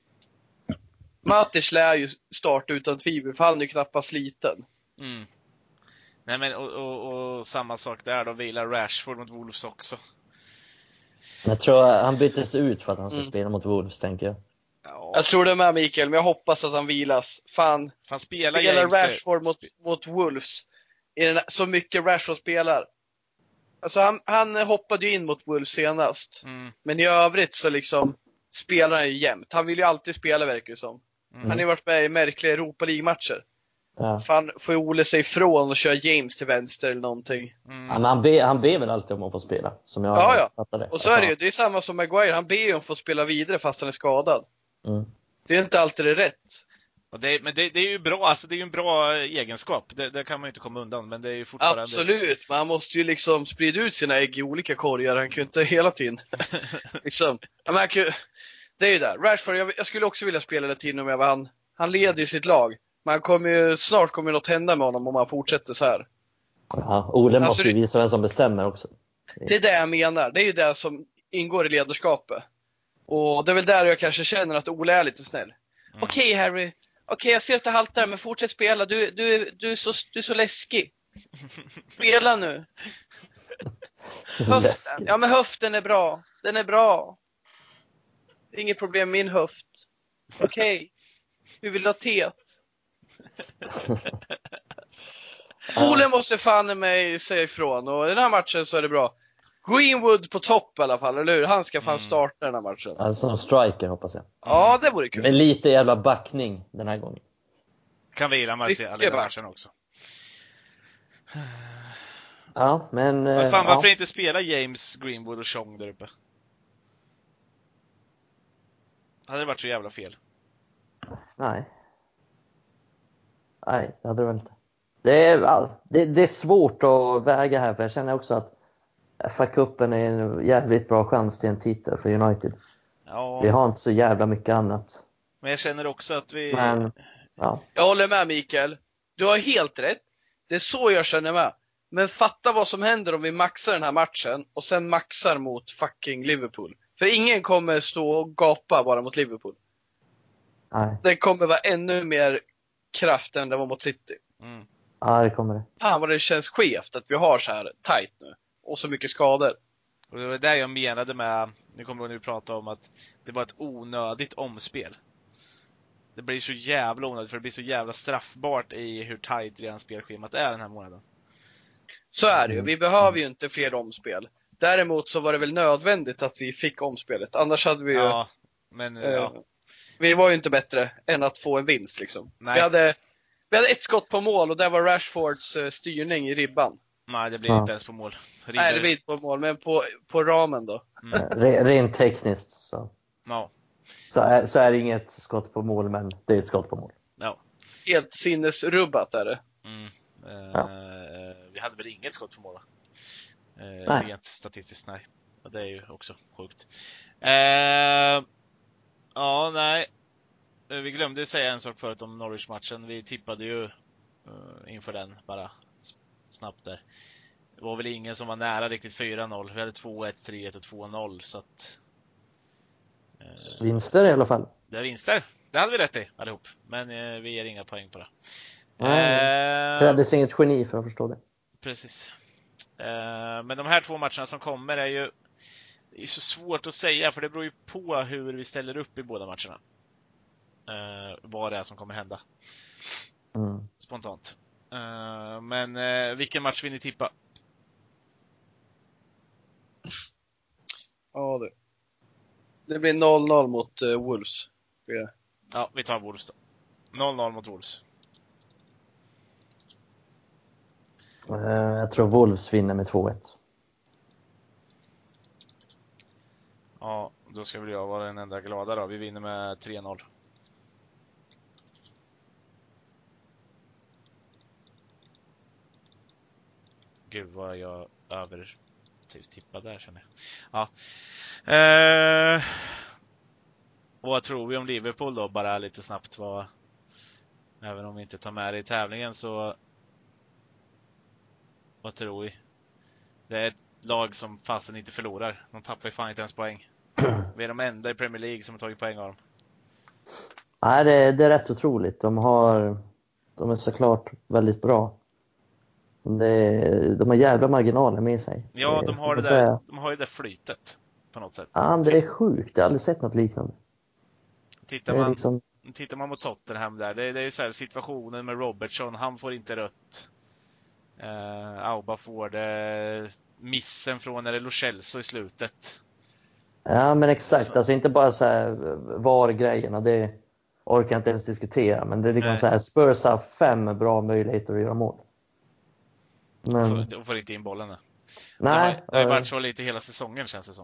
B: Matic lär ju starta utan tvivel, för han är ju knappast sliten.
A: Mm. Nej men och, och, och samma sak där då, vilar Rashford mot Wolves också.
C: Jag tror han byttes ut för att han ska
B: Mm.
C: spela mot Wolves, tänker jag.
A: Ja.
B: Jag tror det med Mikael, men jag hoppas att han vilas. Fan,
A: Fan, spelar,
B: spelar
A: James
B: Rashford
A: det.
B: mot, mot Wolves. Är det så mycket Rashford spelar? Alltså han, han hoppade ju in mot Wolves senast.
A: Mm.
B: Men i övrigt så liksom spelar han ju jämt. Han vill ju alltid spela, verkar det som.
A: Mm.
B: Han har ju varit med i märkliga Europa League-matcher.
C: Ja.
B: Fan, får ju Ole sig ifrån och köra James till vänster eller någonting.
A: Mm.
C: Ja, men han, ber, han ber väl alltid om att få spela, som jag
B: Ja, ja.
C: fattade.
B: Och så är det ju, det är samma som Maguire. Han ber ju om att få spela vidare fast han är skadad.
C: Mm.
B: Det är inte alltid det rätt.
A: Och det, men det, det är ju bra, alltså det är ju en bra egenskap. Det, det kan man ju inte komma undan, men det är ju fortfarande...
B: Absolut, men han måste ju liksom sprida ut sina ägg i olika korgar. Han kan ju inte hela tiden liksom. Ja, men han kan, ju- det är ju där. Rashford, jag, jag skulle också vilja spela Latino med han. Han leder ju sitt lag. Men han kommer ju, snart kommer något hända med honom om han fortsätter så här.
C: Ja, Ole
B: Alltså,
C: måste ju
B: det-
C: visa vem som bestämmer också.
B: Det är det jag menar. Det är ju det som ingår i ledarskapet. Och det är väl där jag kanske känner att Ole är lite snäll.
A: Mm.
B: Okej, Harry. Okej, jag ser att du haltar, men fortsätt spela. Du, du, du, är, så, du är så läskig. Spela nu. Höften.
C: Läskigt.
B: Ja, men höften är bra. Den är bra. Inget problem med min höft. Okej. Hur vill du ha teet? Ole måste fan i mig säga ifrån. Och i den här matchen så är det bra. Greenwood på topp i alla fall, eller hur? Han ska fan
A: Mm.
B: starta den här matchen.
C: Alltså som striker, hoppas jag.
B: Ja, det vore kul.
C: Med lite jävla backning den här gången.
A: Kan vila Martial
B: Mycket
A: i
B: back.
A: matchen också.
C: Ja, men...
A: Men
C: eh,
A: fan, varför
C: ja.
A: inte spela James, Greenwood och Chong där uppe? Hade det varit så jävla fel.
C: Nej. Nej, det hade det väl inte. Det är, ja, det, det är svårt att väga här, för jag känner också att F A-cupen är en jävligt bra chans till en titel för United.
A: Ja,
C: Vi har inte så jävla mycket annat.
A: men jag känner också att vi...
C: Men, ja.
B: Jag håller med Mikael. Du har helt rätt. Det är så jag känner med. Men fatta vad som händer om vi maxar den här matchen och sen maxar mot fucking Liverpool. För ingen kommer stå och gapa bara mot Liverpool.
C: Nej.
B: Det kommer vara ännu mer kraft än det var mot City.
A: Mm.
C: Ja, det kommer det.
B: Fan vad det känns skevt att vi har så här tight nu. Och så mycket skador.
A: Och det var det jag menade med, nu kommer jag nu prata om att det var ett onödigt omspel. Det blir så jävla onödigt, för det blir så jävla straffbart i hur tight redan spelschemat är den här månaden.
B: Så är det ju. Vi behöver ju inte fler omspel. Däremot så var det väl nödvändigt att vi fick omspelet. Annars hade vi ju...
A: Ja, men
B: eh,
A: ja.
B: Vi var ju inte bättre än att få en vinst liksom.
A: Nej.
B: Vi hade, vi hade ett skott på mål och det var Rashfords eh, styrning i ribban.
A: Nej, det blir
C: Ja.
A: inte ens på mål. River.
B: Nej, det blir inte på mål, men på, på ramen då.
A: Mm.
C: Re, rent tekniskt så,
A: Ja.
C: så, är, så är det inget skott på mål, men det är ett skott på mål.
A: Ja.
B: Helt sinnesrubbat är det.
A: Mm. Eh,
C: Ja.
A: Vi hade väl inget skott på mål, va? Eh,
C: Nej.
A: Rent statistiskt, nej. Och det är ju också sjukt. Eh, ja, nej. Eh, Vi glömde säga en sak förut om Norwich-matchen. Vi tippade ju eh, inför den, bara s- snabbt där. Det var väl ingen som var nära riktigt fyra noll. Vi hade två ett, tre ett och två noll, så att... Eh,
C: Vinster i alla fall.
A: det är vinster. Det hade vi rätt i, allihop. Men eh, vi ger inga poäng på det.
C: Nej,
A: Eh,
C: krävdes inget geni för att förstå det.
A: Precis. Eh, men de här två matcherna som kommer är ju, det är så svårt att säga, för det beror ju på hur vi ställer upp i båda matcherna. Eh, vad det är som kommer hända
C: Mm.
A: spontant. Eh, men eh, vilken match vill ni tippa?
B: Ja, det. Det blir noll noll mot uh, Wolves. Det.
A: Ja, vi tar Wolves då. noll noll mot Wolves.
C: Eh, jag tror Wolves vinner med två ett.
A: Ja, då ska väl jag vara den enda glada då. Vi vinner med tre noll. Gud vad jag över typ tippade där, känner jag. Ja. Eh, och vad tror vi om Liverpool då? Bara lite snabbt. Vad, även om vi inte tar med det i tävlingen, så vad tror vi? Det är ett lag som fasen inte förlorar. De tappar ju fan inte ens poäng. Vi är de enda i Premier League som har tagit poäng av dem.
C: Nej, det, det är rätt otroligt. De har, de är såklart väldigt bra. Det, de har jävla marginaler med sig.
A: Ja,
C: Det
A: de
C: får
A: har, det
C: man
A: där,
C: säga.
A: de har ju det flytet. på något sätt.
C: Ja, det är sjukt. Jag har aldrig sett något liknande.
A: Tittar man,
C: liksom...
A: tittar man mot Tottenham där, det, det är ju så här situationen med Robertson, han får inte rött. Uh, Auba får det, missen från eller Lo Celso i slutet.
C: Ja, men exakt.
A: Så.
C: Alltså inte bara så här var-grejerna, det orkar jag inte ens diskutera. Men det är liksom
A: Nej.
C: så här, Spurs har fem bra möjligheter att göra mål. Men...
A: Och får, och får inte in bollen nu.
C: Nej.
A: Det har, det har varit så lite hela säsongen, känns det som.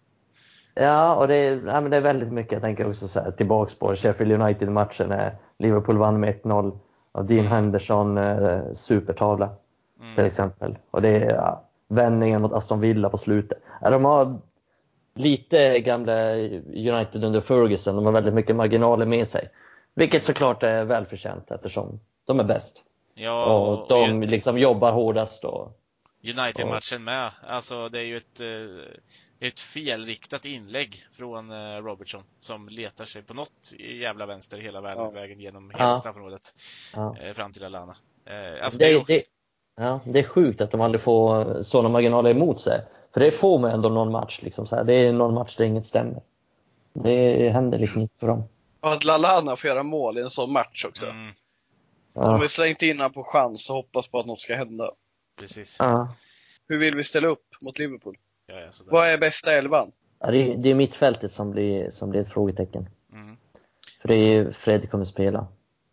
C: Ja, och det är, ja, men det är väldigt mycket. Jag tänker också så här, tillbaks på Sheffield United-matchen när Liverpool vann med ett noll. Och Dean Henderson, eh, supertavla
A: Mm.
C: till exempel. Och det är ja, vändningen mot Aston Villa på slutet. Ja, de har lite gamla United under Ferguson. De har väldigt mycket marginaler med sig. Vilket såklart är välförtjänt eftersom de är bäst.
A: Ja,
C: och,
A: och
C: de liksom jobbar hårdast. Och,
A: United-matchen med. Alltså det är ju ett, ett felriktat inlägg från Robertson som letar sig på något jävla vänster hela vägen, ja. vägen genom hela
C: ja.
A: straffområdet
C: ja.
A: fram till Lallana. Alltså
C: det,
A: det, är...
C: det, ja, det är sjukt att de aldrig får sådana marginaler emot sig. För det får man ändå någon match. Liksom, så här. Det är någon match där inget stämmer. Det händer liksom inte för dem.
B: Och att Lallana får göra mål i en sån match också. Mm.
C: Ja.
B: De har slängt in han på chans och hoppas på att något ska hända.
A: Precis.
C: Ja.
B: Hur vill vi ställa upp mot Liverpool?
A: Ja, ja,
B: vad är bästa elvan?
C: Ja, det, är, det är mittfältet som blir, som blir ett frågetecken.
A: Mm.
C: För det är Fred kommer spela.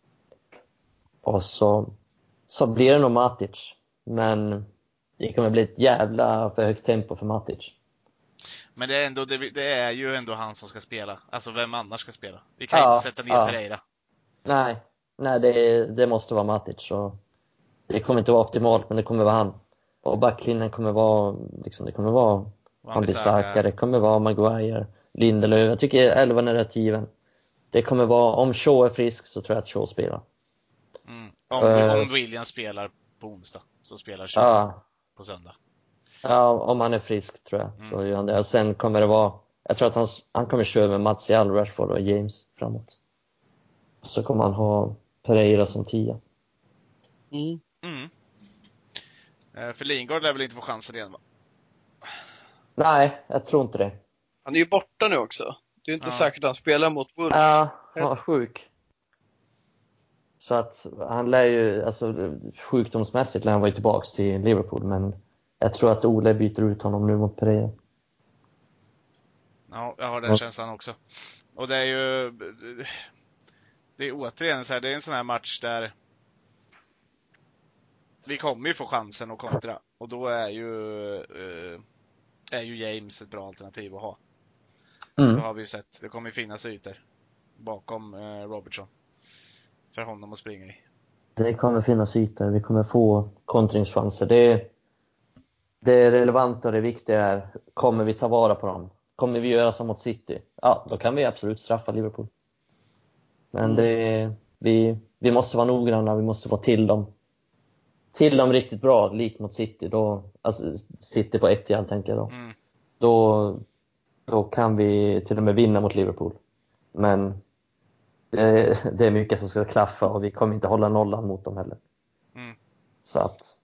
C: Och så, så blir det nog Matic. Men det kommer bli ett jävla för högt tempo för Matic.
A: Men det är, ändå, det, det är ju ändå han som ska spela. Alltså vem annars ska spela? Vi kan
C: ja,
A: inte sätta ner
C: ja.
A: Pereira.
C: Nej, nej det, det måste vara Matic. Så det kommer inte vara optimalt, men det kommer vara han. Och backlinjen kommer vara, liksom, det kommer vara Wan-Bissaka, det kommer vara Maguire, Lindelöf. Jag tycker elva narrativen. Det kommer vara, om Shaw är frisk så tror jag att Shaw spelar.
A: Mm. Om, uh, om William spelar på onsdag så spelar Shaw
C: ja.
A: på söndag.
C: Ja, om han är frisk tror jag. Mm. Så gör han det. Och sen kommer det vara, jag tror att han, han kommer köra med Martial, Rashford och James framåt. Så kommer han ha Pereira som tia.
B: Mm.
A: Mm. För Lingard lär väl inte få chansen igen, va?
C: Nej, jag tror inte det.
B: Han är ju borta nu också. Det är inte ja. säkert att han spelar mot Wolves.
C: Ja, han var sjuk. Så att han lär ju, alltså sjukdomsmässigt lär han vara tillbaka till Liverpool. Men jag tror att Ole byter ut honom nu mot Pereira.
A: Ja, jag har den ja. känslan också. Och det är ju, det är återigen så här, det är en sån här match där vi kommer ju få chansen att kontra. Och då är ju eh, är ju James ett bra alternativ att ha. Mm. Då har vi sett, det kommer finnas ytor bakom eh, Robertson för honom att springa i.
C: Det kommer finnas ytor, vi kommer få kontringschanser. Det, det relevanta och det viktiga är, kommer vi ta vara på dem? Kommer vi göra som mot City? Ja, då kan vi absolut straffa Liverpool. Men mm. det, vi, vi måste vara noggranna, vi måste vara till dem. Till dem riktigt bra, likt mot City. Då, alltså City på ett igen tänker jag då. Mm. då. Då kan vi till och med vinna mot Liverpool. Men det, det är mycket som ska klaffa och vi kommer inte hålla nollan mot dem heller.
A: Mm.
C: Så att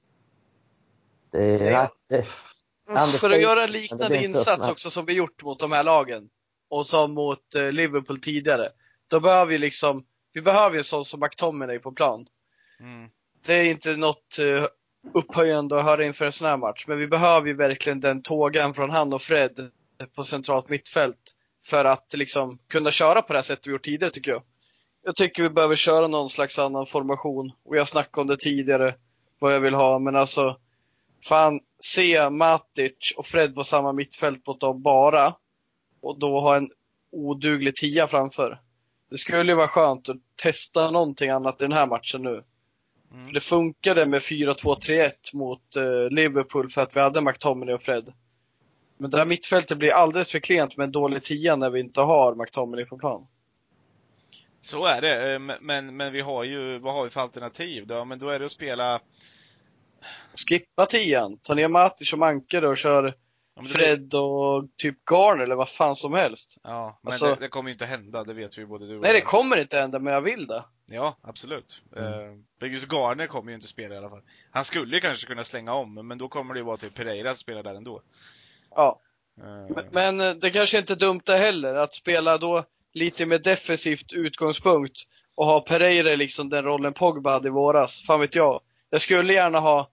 C: det, ja. det,
B: För att göra en liknande insats också som vi gjort mot de här lagen och som mot uh, Liverpool tidigare. Då behöver vi liksom, vi behöver ju sån som McTominay på plan.
A: Mm.
B: Det är inte något uh, upphöjande att höra inför en sån här match. Men vi behöver ju verkligen den tågen från han och Fred på centralt mittfält för att liksom kunna köra på det här sättet vi gjort tidigare tycker jag. Jag tycker vi behöver köra någon slags annan formation. Och jag snackade om det tidigare vad jag vill ha. Men alltså fan, se Matic och Fred på samma mittfält mot dem bara. Och då ha en oduglig tia framför. Det skulle ju vara skönt att testa någonting annat i den här matchen nu. Mm. För det funkade med fyra två tre ett mot uh, Liverpool för att vi hade McTominay och Fred. Men det här mittfältet blir alldeles för klent med en dålig tia när vi inte har McTominay på plan.
A: Så är det, men, men vi har ju, vad har vi för alternativ då? Men då är det att spela...
B: Skippa tian, ta ner Matic som ankare och kör ja, Fred och typ Garner eller vad fan som helst.
A: Ja, men alltså, det, det kommer ju inte hända, det vet vi både du och
B: nej, det kommer inte hända, men jag vill det.
A: Ja, absolut. Mm. Uh, just Garner kommer ju inte spela i alla fall. Han skulle ju kanske kunna slänga om, men då kommer det ju vara typ Pereira att spela där ändå.
B: Ja. Men, men det kanske inte är dumt det heller att spela då lite med defensivt utgångspunkt och ha Pereira liksom den rollen Pogba hade i våras. Fan vet jag. Jag skulle gärna ha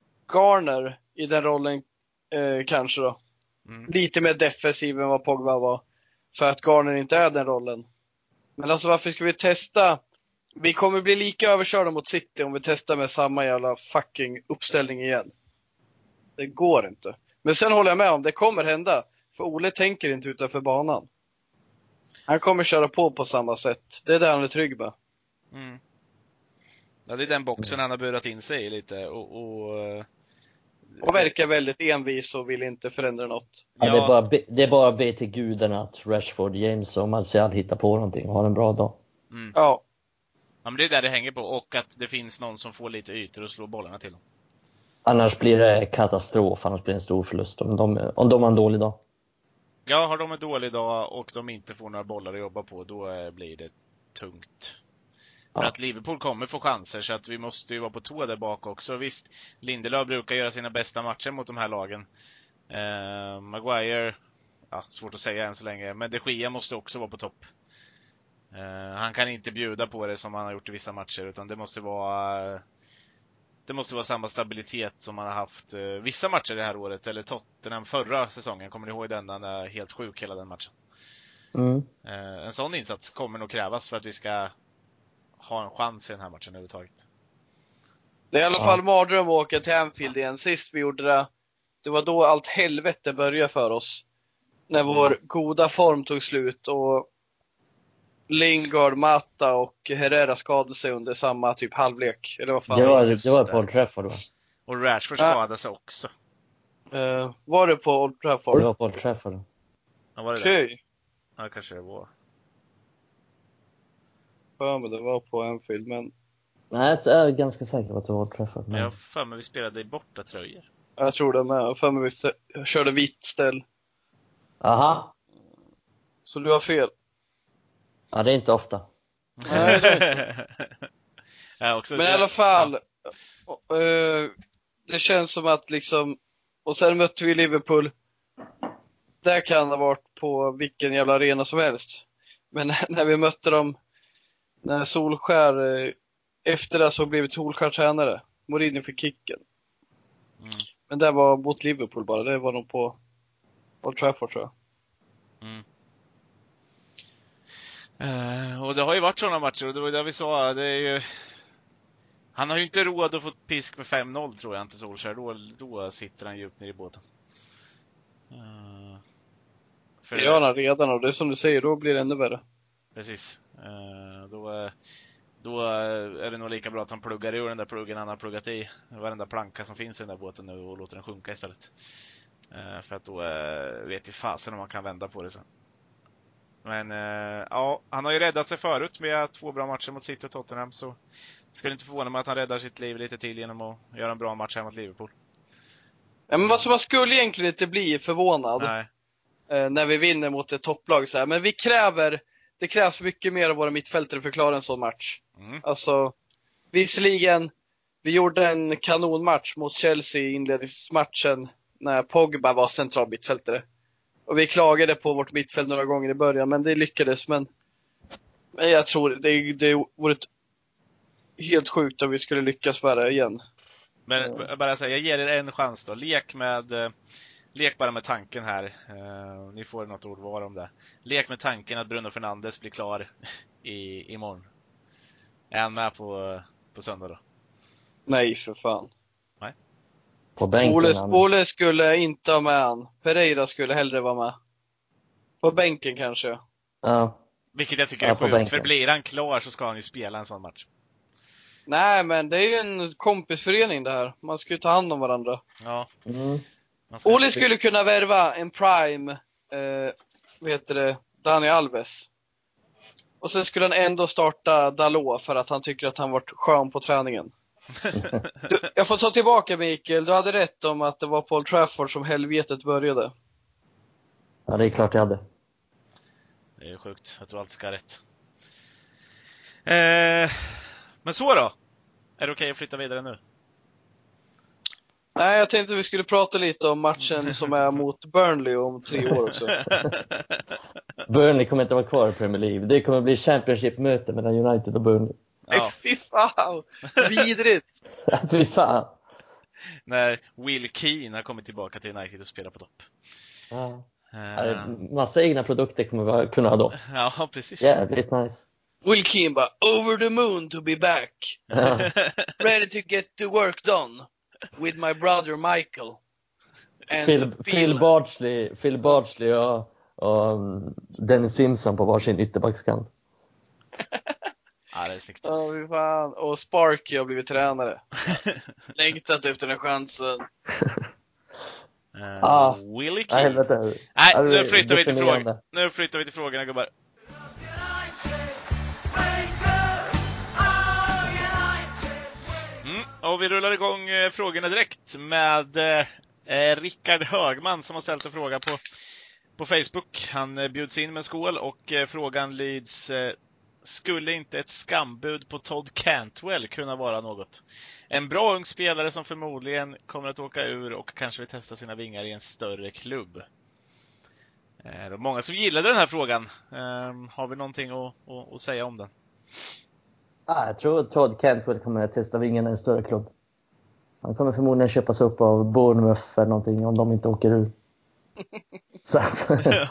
B: Garner i den rollen eh, kanske då. Mm. Lite mer defensiv än vad Pogba var. För att Garner inte är den rollen. Men alltså varför ska vi testa? Vi kommer bli lika överkörda mot City om vi testar med samma jävla fucking uppställning igen. Det går inte. Men sen håller jag med om det kommer hända. För Ole tänker inte utanför banan. Han kommer köra på på samma sätt. Det är det han är trygg med.
A: Mm. Ja, det är den boxen mm. han har burat in sig i lite. Och, och,
B: och verkar väldigt envis och vill inte förändra något.
C: Ja, ja. Det, är bara be, det är bara be till gudarna att Rashford, James och Martial hittar på någonting och har en bra dag.
A: Mm. Ja. Ja, men det är där det hänger på. Och att det finns någon som får lite ytor och slår bollarna till dem.
C: Annars blir det katastrof. Annars blir det en stor förlust om de, om de har en dålig dag.
A: Ja, har de en dålig dag och de inte får några bollar att jobba på, då blir det tungt. Ja. För att Liverpool kommer få chanser, så att vi måste ju vara på tå där bak också. Visst, Lindelöf brukar göra sina bästa matcher mot de här lagen. Eh, Maguire, ja, svårt att säga än så länge. Men De Gea måste också vara på topp. Eh, han kan inte bjuda på det som han har gjort i vissa matcher, utan det måste vara... Det måste vara samma stabilitet som man har haft eh, vissa matcher det här året. Eller Tottenham förra säsongen. Kommer ni ihåg den? Han är helt sjuk hela den matchen.
C: Mm.
A: Eh, en sån insats kommer nog krävas för att vi ska ha en chans i den här matchen överhuvudtaget.
B: Det är i alla ja. fall mardröm att åka till Anfield igen. Sist vi gjorde det, det var då allt helvete började för oss. När vår mm. goda form tog slut och Lingard, Mata och Herrera skadade sig under samma typ halvlek. Eller vad fan
C: det var, det var på Old Trafford va?
A: Och Rashford skadade sig också.
B: Uh, var det på Old Trafford?
C: Det var på Old Trafford.
A: Ja, var det
B: okay.
A: det? Ja, kanske det var.
B: Ja, men det var på Anfield, men...
C: Nej, jag är ganska säker på att det var Old Trafford. Men...
A: Jag för mig vi spelade i borta tröjor.
B: Jag tror det med. Jag för mig vi st- körde vitt ställ.
C: Aha.
B: Så du har fel.
C: Ja, det är inte ofta.
B: Nej, det är inte.
A: Ja, också
B: men i alla fall, ja. uh, det känns som att liksom, och sen mötte vi Liverpool. Det kan ha varit på vilken jävla arena som helst. Men när vi mötte dem, när Solskär, uh, efter det så blev vi Solskär tränare. Mourinho fick kicken. Mm. Men det var mot Liverpool bara, det var nog på Old Trafford tror jag.
A: Mm. Uh, och det har ju varit sådana matcher, och det var det vi sa, det är ju... Han har ju inte råd att få pisk med fem noll tror jag inte, Solskär. Då, då sitter han djupt ner i båten. Uh,
B: för det gör han redan, och det är som du säger, då blir det ännu värre.
A: Precis. Uh, då, då är det nog lika bra att han pluggar ur den där pluggen han har pluggat i. Varenda planka som finns i den där båten nu, och låter den sjunka istället. Uh, för att då uh, vet ju fasen om man kan vända på det sen. Men eh, ja, han har ju räddat sig förut med två bra matcher mot City och Tottenham, så skulle inte förvåna mig att han räddar sitt liv lite till genom att göra en bra match här mot Liverpool.
B: Ja, men alltså, man skulle egentligen inte bli förvånad eh, när vi vinner mot ett topplag så här. Men vi kräver, det krävs mycket mer av våra mittfältare för att klara en sån match. Mm. Alltså, visserligen, vi gjorde en kanonmatch mot Chelsea i inledningsmatchen när Pogba var central mittfältare. Och vi klagade på vårt mittfält några gånger i början, men det lyckades. Men, men jag tror det, det vore helt sjukt om vi skulle lyckas bara igen.
A: Men bara säga, jag ger er en chans då. Lek med lek bara med tanken här. Uh, ni får något ord var om det. Lek med tanken att Bruno Fernandes blir klar i imorgon. Är han med på på söndag då?
B: Nej, för fan.
A: Nej.
C: På bänken.
B: Ole, Ole skulle inte ha med han. Pereira skulle hellre vara med. På bänken kanske.
C: Ja.
A: Vilket jag tycker ja, är sjukt, för blir han klar så ska han ju spela en sån match.
B: Nej, men det är ju en kompisförening det här. Man ska ju ta hand om varandra.
A: Ja.
C: Mm.
B: Ole inte... skulle kunna värva en prime, eh, vad heter det, Dani Alves. Och sen skulle han ändå starta Dalot för att han tycker att han varit skön på träningen. Du, jag får ta tillbaka Mikael, du hade rätt om att det var Paul Trafford som helvetet började.
C: Ja, det är klart jag hade.
A: Det är sjukt, jag tror allt ska rätt. eh, Men så då? Är det okej att flytta vidare nu?
B: Nej, jag tänkte vi skulle prata lite om matchen som är mot Burnley om tre år också.
C: Burnley kommer inte vara kvar i Premier League. Det kommer bli Championship-möte mellan United och Burnley.
B: Nej,
A: Ja.
B: fy fan! Vidrigt!
C: Fy fan.
A: När Will Keane har kommit tillbaka till United och spelar på topp.
C: Ja.
A: Uh,
C: Massa egna produkter kommer vi kunna ha då.
A: ja, precis.
C: Jävligt nice.
B: Will Keane bara, over the moon to be back.
C: Ja.
B: Ready to get the work done. With my brother Michael. And
C: Phil, Phil Bardsley, Phil Bardsley och, och Dennis Simpson på varsin ytterbackskant.
A: Ja, det är snyggt.
B: Ja, fy fan. Och Sparky har blivit tränare. Längtat efter den chansen.
A: Uh,
C: Ah.
A: Willie
C: Nej,
A: Keane.
C: helvete.
A: Nej,
C: Ja, det
A: nu
C: är
A: flyttar vi till
C: definierande.
A: frågan. Nu flyttar vi till frågorna, gubbar. Mm, och vi rullar igång eh, frågorna direkt med eh, Rickard Högman som har ställt en fråga på, på Facebook. Han eh, bjuds in med en skål och eh, frågan lyds: eh, skulle inte ett skambud på Todd Cantwell kunna vara något? En bra ung spelare som förmodligen kommer att åka ur och kanske vill testa sina vingar i en större klubb. Eh, det var många som gillade den här frågan. Eh, har vi någonting att, att, att säga om den?
C: Ah, jag tror att Todd Cantwell kommer att testa vingarna i en större klubb. Han kommer förmodligen köpas upp av Bournemouth eller någonting om de inte åker ur. Så att,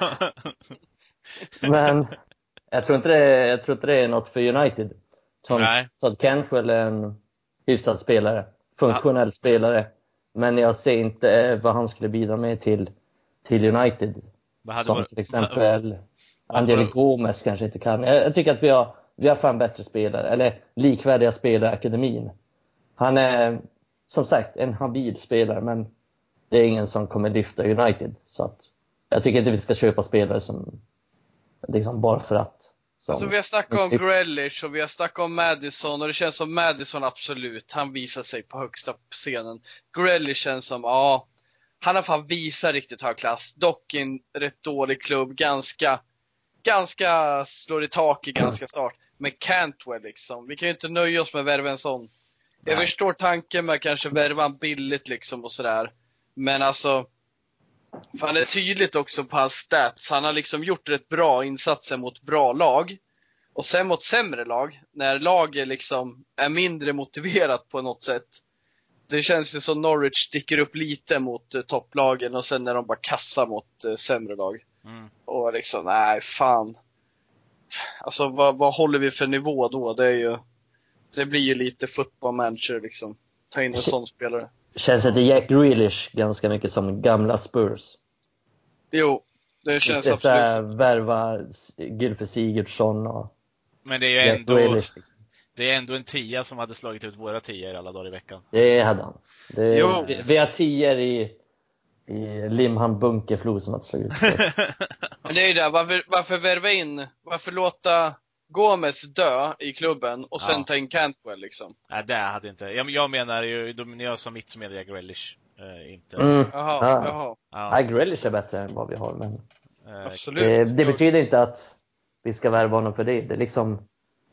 C: men jag tror, inte det, jag tror inte det är något för United. Todd, Todd Cantwell är en hyfsad spelare. Funktionell ja. spelare. Men jag ser inte vad han skulle bidra med till, till United. Som varit, till exempel vad, vad, Angelo vad, Gomez kanske inte kan. Jag, jag tycker att vi har Vi har fan bättre spelare, eller likvärdiga spelare i akademin. Han är som sagt en habil spelare, men det är ingen som kommer lyfta United. Så att jag tycker inte vi ska köpa spelare som liksom bara för att. Som,
B: alltså vi har snackat om Grealish och vi har snackat om Madison, och det känns som Madison absolut, han visar sig på högsta scenen. Grealish känns som, ja, han har fan visat riktigt hög klass. Dock i en rätt dålig klubb, ganska ganska slår i taket ganska snart. Men Cantwell liksom, vi kan ju inte nöja oss med värva en sån. Jag Nej. förstår tanken med kanske värva en billigt liksom och sådär. Men alltså, fan det är tydligt också på hans stats. Han har liksom gjort rätt bra insatser mot bra lag. Och sen mot sämre lag, när laget liksom är mindre motiverat på något sätt. Det känns ju som Norwich sticker upp lite mot uh, topplagen, och sen när de bara kassar mot uh, sämre lag. Mm. Och liksom, nej fan. Alltså vad, vad håller vi för nivå då? Det är ju, det blir ju lite football manager liksom. Ta in en sån spelare.
C: Känns det Jack Grealish ganska mycket som gamla Spurs?
B: Jo, det känns
C: lite
B: absolut.
C: Såhär, värva Gylfe Sigurdsson och
A: men det är ju
C: Jack
A: ändå
C: Grealish, liksom.
A: Det är ändå en tia som hade slagit ut våra tior alla dagar i veckan.
C: Det hade han. Det, jo. Vi, vi har tior i i Limhamn Bunkerflo som att slå ut.
B: Men det är ju det, varför, varför värva in, varför låta Gomez dö i klubben och sen ja. ta in Cantwell liksom?
A: Nej, det hade inte. Jag, jag menar ju, när jag sa mitt så menar jag Grealish. Eh, inte.
C: Mm.
B: Jaha,
C: ja.
B: jaha.
C: Ja. Nej, Grealish är bättre än vad vi har, men
B: absolut.
C: Det, det betyder inte att vi ska värva honom för det. Det är liksom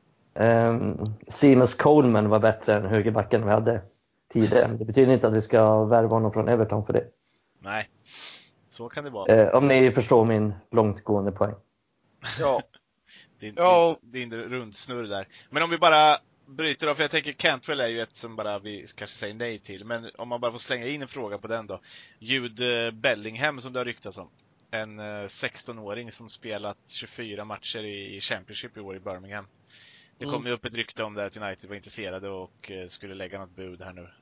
C: um, Seamus Coleman var bättre än högerbacken vi hade tidigare. Det betyder inte att vi ska värva honom från Everton för det.
A: Nej, så kan det vara.
C: Eh, om ni förstår min långtgående poäng.
B: Ja.
A: din, ja. Din, din rundsnurr där. Men om vi bara bryter av, för jag tänker Cantwell är ju ett som bara vi kanske säger nej till. Men om man bara får slänga in en fråga på den då. Jude Bellingham som det har ryktats om. En sexton-åring som spelat tjugofyra matcher i Championship i år i Birmingham. Det kom ju mm. upp ett rykte om det att United var intresserade och skulle lägga något bud här nu.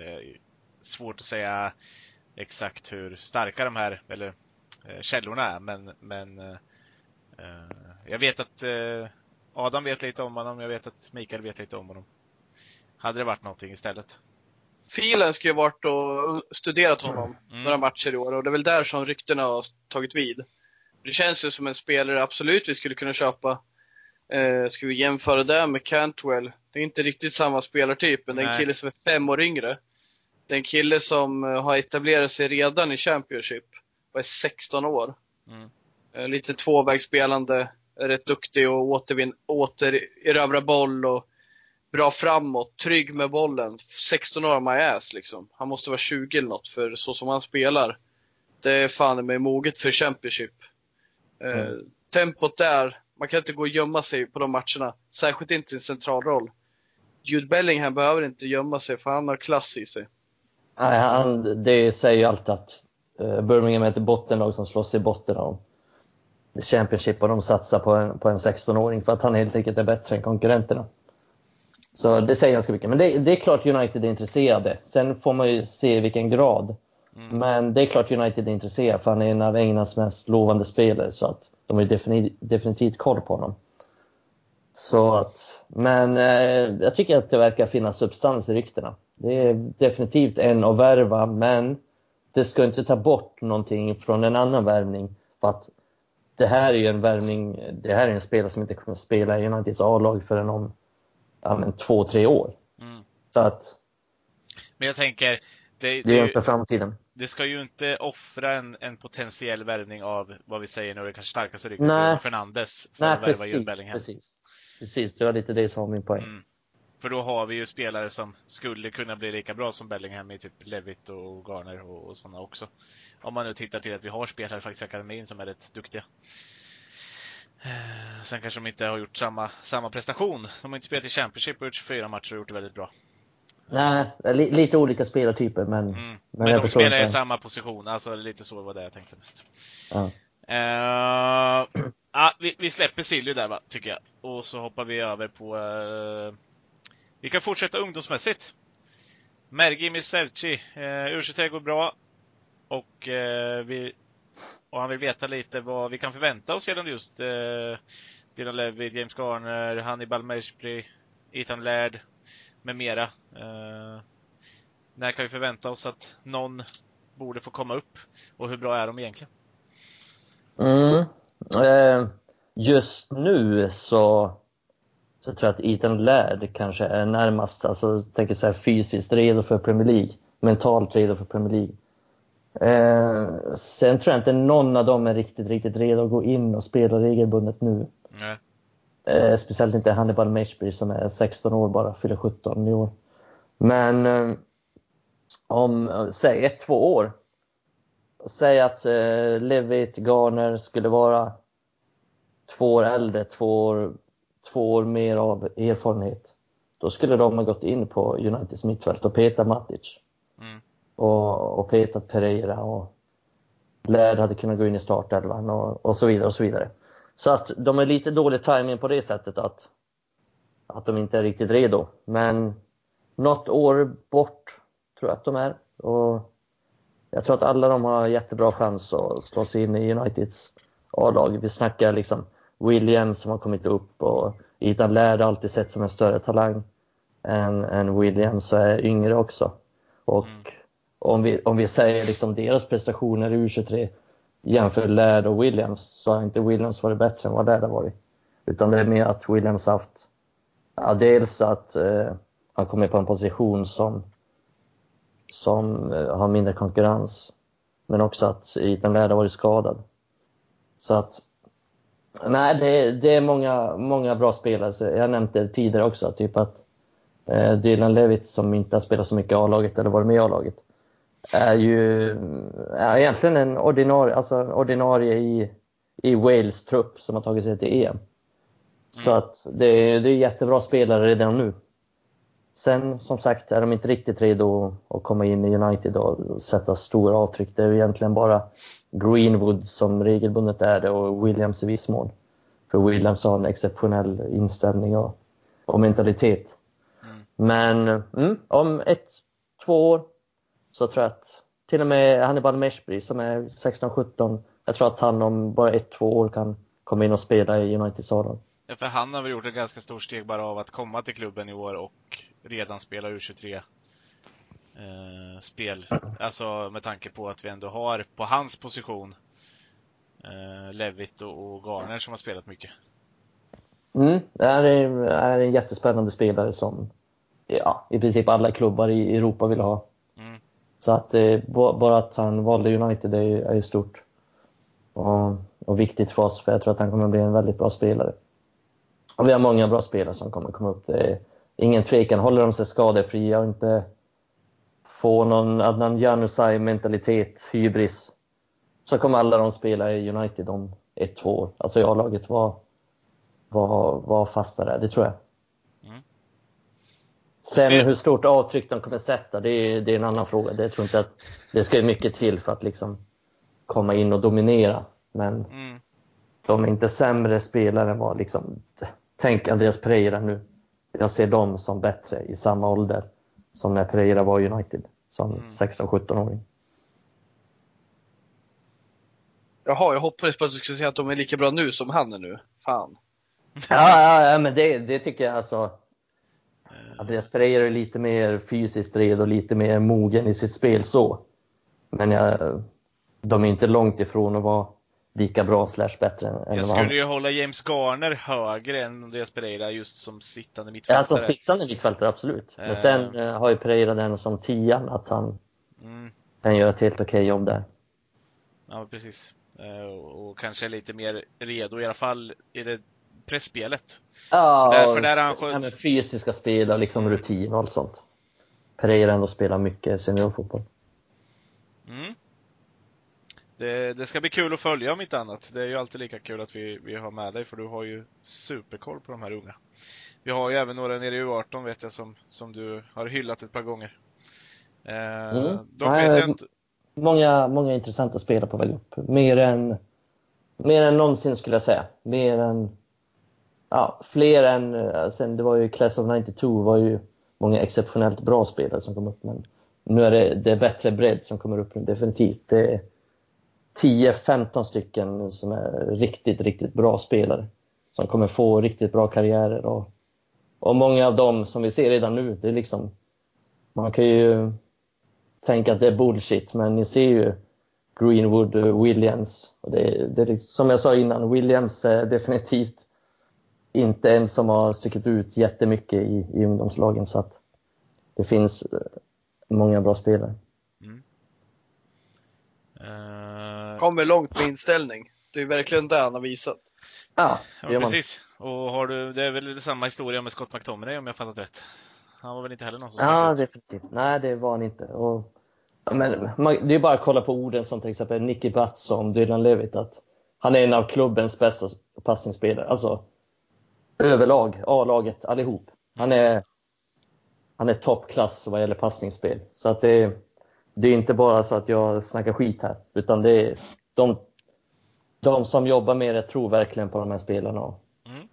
A: Svårt att säga exakt hur starka de här eller eh, källorna är, men men eh, jag vet att eh, Adam vet lite om honom, jag vet att Mikael vet lite om honom. Hade det varit någonting istället?
B: Filen ska ju varit och studerat honom mm. några matcher i år, och det är väl där som ryktena har tagit vid. Det känns ju som en spelare absolut vi skulle kunna köpa. Eh, ska vi jämföra det med Cantwell? Det är inte riktigt samma spelartyp, men det är en kille som är fem år yngre. Det är en kille som har etablerat sig redan i Championship och är sexton år. Mm. Lite tvåvägsspelande, rätt duktig och återvin- återerövra boll och bra framåt, trygg med bollen. sexton år my ass liksom. Han måste vara tjugo eller något, för så som han spelar. Det är fan med moget för Championship. Mm. Eh, tempot där, man kan inte gå och gömma sig på de matcherna. Särskilt inte i en centralroll. Jude Bellingham behöver inte gömma sig, för han har klass i sig.
C: Nej, han, det säger ju alltid att uh, Birmingham är ett bottenlag som slåss i botten av Championship, och de satsar på en, på en sexton-åring för att han helt enkelt är bättre än konkurrenterna. Så det säger ganska mycket. Men det, det är klart United är intresserade. Sen får man ju se vilken grad. Mm. Men det är klart United är intresserade, för han är en av Englands mest lovande spelare, så att de har definitivt, definitivt koll på honom. Så att, men eh, jag tycker att det verkar finnas substans i ryktena. Det är definitivt en att värva, men det ska inte ta bort någonting från en annan värvning, för att det här är ju en värvning, det här är en spelare som inte kommer att spela i Uniteds A-lag förrän om ja, men två, tre år. Mm. Så att
A: men jag tänker det,
C: det är
A: ju,
C: för framtiden.
A: Det ska ju inte offra en, en potentiell värvning av vad vi säger nu, det kanske starkaste ryktet Bruno Fernandes för
C: Nej,
A: att värva
C: precis,
A: Jude Bellingham.
C: Precis. Precis, det var lite det som var min poäng. Mm.
A: För då har vi ju spelare som skulle kunna bli lika bra som Bellingham i typ Levitt och Garner och, och sådana också. Om man nu tittar till att vi har spelare faktiskt i akademin som är rätt duktiga. Sen kanske de inte har gjort samma, samma prestation. De har inte spelat i Championship och gjort tjugofyra matcher och gjort det väldigt bra.
C: Nej, li- lite olika spelartyper, men...
A: Mm. Men, men de spelar i samma position, alltså lite så var det jag tänkte mest.
C: Ja.
A: Uh, ah, vi, vi släpper Silly där, va, tycker jag. Och så hoppar vi över på... Uh, vi kan fortsätta ungdomsmässigt. Mergi Miserci, uh, U tjugotre går bra. Och, uh, vi, och han vill veta lite vad vi kan förvänta oss gällande just uh, Dylan Levitt, James Garner, Hannibal Mejbri, Ethan Laird med mera. Uh, när kan vi förvänta oss att någon borde få komma upp? Och hur bra är de egentligen?
C: Mm. Eh, just nu så, så tror jag att Ethan Laird kanske är närmast, alltså jag tänker så här, fysiskt redo för Premier League, mentalt redo för Premier League. Eh, sen tror jag inte någon av dem är riktigt, riktigt redo att gå in och spela regelbundet nu.
A: Nej.
C: Eh, speciellt inte Hannibal Mejbri som är sexton år bara, fyller sjutton i år. Men eh, om, säg ett, två år, säg att eh, Levitt, Garner skulle vara två år äldre, två år, två år mer av erfarenhet. Då skulle de ha gått in på Uniteds mittfält och petat Matic. Mm. Och, och petat Pereira, och Laird hade kunnat gå in i startelvan och, och så vidare och så vidare. Så att de är lite dålig timing på det sättet att, att de inte är riktigt redo. Men något år bort tror jag att de är. Och jag tror att alla de har jättebra chans att slå sig in i Uniteds A-lag. Vi snackar liksom Williams som har kommit upp, och Ethan Laird har alltid sett som en större talang än, än Williams, så är yngre också. Och mm. om, vi, om vi säger liksom deras prestationer i U tjugotre jämför Laird och Williams, så har inte Williams varit bättre än vad Laird har varit. Utan det är mer att Williams haft, ja, dels att eh, han kommer på en position som som har mindre konkurrens, men också att Ethan Laird har varit skadad. Så att nej, det, det är många, många bra spelare. Så jag nämnde det tidigare också, typ att eh, Dylan Levitt som inte har spelat så mycket i A-laget eller varit med i A-laget är ju är egentligen en ordinarie, alltså ordinarie i, i Wales trupp som har tagit sig till E M. Mm. Så att det är, det är jättebra spelare redan nu. Sen som sagt är de inte riktigt redo att komma in i United och sätta stora avtryck. Det är egentligen bara Greenwood som regelbundet är det, och Williams i viss mån. För Williams har en exceptionell inställning och, och mentalitet. Mm. Men mm, om ett, två år så tror jag att till och med Hannibal Mejbri som är sexton sjutton, jag tror att han om bara ett, två år kan komma in och spela i Uniteds A-lag.
A: Ja, för han har väl gjort ett ganska stort steg bara av att komma till klubben i år och redan spela U tjugotre eh, spel. Alltså med tanke på att vi ändå har på hans position eh, Levitt och, och Garner som har spelat mycket.
C: Mm, det är, är en jättespännande spelare som ja, i princip alla klubbar i Europa vill ha. Mm. Så att eh, bara att han valde United är ju, är ju stort och, och viktigt för oss, för jag tror att han kommer bli en väldigt bra spelare. Och vi har många bra spelare som kommer komma upp. Det är ingen tvekan, håller de sig skadefria och inte får någon Adnan Januzaj-mentalitet, hybris, så kommer alla de spela i United om ett, två år. Alltså A-laget var, var, var fasta där, det tror jag.
A: Mm.
C: Sen hur stort avtryck de kommer sätta, det är, det är en annan fråga. Det tror inte att det ska mycket till för att liksom komma in och dominera. Men
A: Mm.
C: de är inte sämre spelare än vad liksom, tänk Andreas Pereira nu. Jag ser dem som bättre i samma ålder som när Pereira var United som
A: Mm.
C: sexton-sjutton-åring.
B: Jaha, jag hoppades på att du skulle säga att de är lika bra nu som han är nu. Fan.
C: Ja, ja, ja men det, det tycker jag alltså. Andreas Pereira är lite mer fysiskt redo och lite mer mogen i sitt spel så. Men jag, de är inte långt ifrån att vara lika bra slash bättre än
A: Jag
C: vad
A: skulle
C: han.
A: ju hålla James Garner högre än Andreas Pereira just som sittande mittfältare.
C: Alltså sittande mittfältare, absolut. Men
A: Eh.
C: sen eh, har ju Pereira den som tian att han
A: Mm.
C: kan göra ett helt okej jobb där.
A: Ja, precis. Eh, och, och kanske lite mer redo i alla fall i det pressspelet.
C: Ja,
A: Därför där han
C: det här med fysiska spel och liksom rutin och allt sånt. Pereira ändå spelar mycket seniorfotboll.
A: Mm. Det, det ska bli kul att följa om inte annat. Det är ju alltid lika kul att vi, vi har med dig, för du har ju superkoll på de här unga. Vi har ju även några nere i U arton vet jag som, som du har hyllat ett par gånger. Eh,
C: Mm.
A: Dock vet jag
C: Nej,
A: inte.
C: Många, många intressanta spelare på väg upp. Mer än, mer än någonsin skulle jag säga. Mer än, ja, fler än, sen det var ju Class of nittiotvå var ju många exceptionellt bra spelare som kom upp. Men nu är det, det är bättre bredd som kommer upp definitivt. Det är tio femton stycken som är riktigt, riktigt bra spelare. Som kommer få riktigt bra karriärer. Och, och många av dem som vi ser redan nu, det är liksom, man kan ju tänka att det är bullshit, men ni ser ju Greenwood, Williams. Och det, det är, som jag sa innan, Williams är definitivt inte en som har stuckit ut jättemycket i, i ungdomslagen. Så att det finns många bra spelare.
A: Mm. Uh,
B: Kommer långt med inställning. Det är verkligen det han har visat.
C: Ja,
A: ja,
C: det gör man.
A: precis. Och har du, det är väl samma historia med Scott McTominay om jag fattat rätt. Han var väl inte heller någon som
C: Ja,
A: stack ut.
C: definitivt. Nej, det var han inte. Och, ja, men, man, det är bara att kolla på orden som till exempel Nicky Butt som Dylan Levitt. Att han är en av klubbens bästa passningsspelare. Alltså överlag, A-laget, allihop. Han är, han är toppklass vad gäller passningsspel. Så att det, det är inte bara så att jag snackar skit här. Utan det är de, de som jobbar med det tror verkligen på de här spelarna.
A: Mm.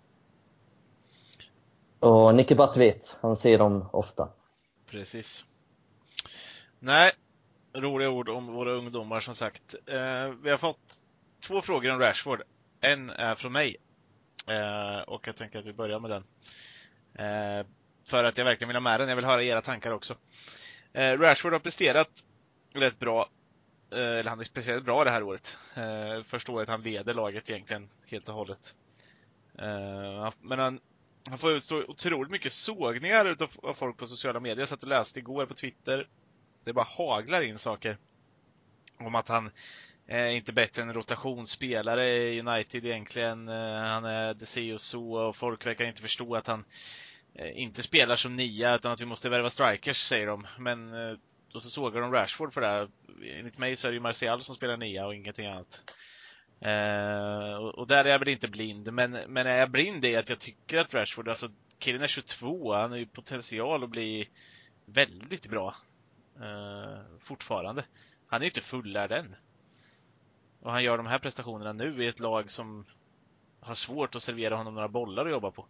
C: Och Nicky Butt vet, han ser dem ofta.
A: Precis. Nej, roliga ord om våra ungdomar som sagt. Eh, vi har fått två frågor om Rashford. En är från mig. Eh, och jag tänker att vi börjar med den. Eh, för att jag verkligen vill ha med den. Jag vill höra era tankar också. Eh, Rashford har presterat rätt bra. Eh, eller han har presterat bra det här året. Eh, första året han leder laget egentligen helt och hållet. Eh, men han Han får så otroligt mycket sågningar utav, av folk på sociala medier. Jag satt och läste igår på Twitter. Det bara haglar in saker. Om att han är inte bättre än en rotationsspelare i United egentligen. Han är det si och så. Och folk verkar inte förstå att han inte spelar som nia. Utan att vi måste värva strikers, säger de. Men då så sågar de Rashford för det. Enligt mig så är det ju Martial som spelar nia och ingenting annat. Uh, och, och där är jag väl inte blind, men, men är jag blind är att jag tycker att Rashford, alltså killen är tjugotvå, han har ju potential att bli väldigt bra uh, fortfarande. Han är ju inte fullärd än. Och han gör de här prestationerna nu i ett lag som har svårt att servera honom några bollar att jobba på.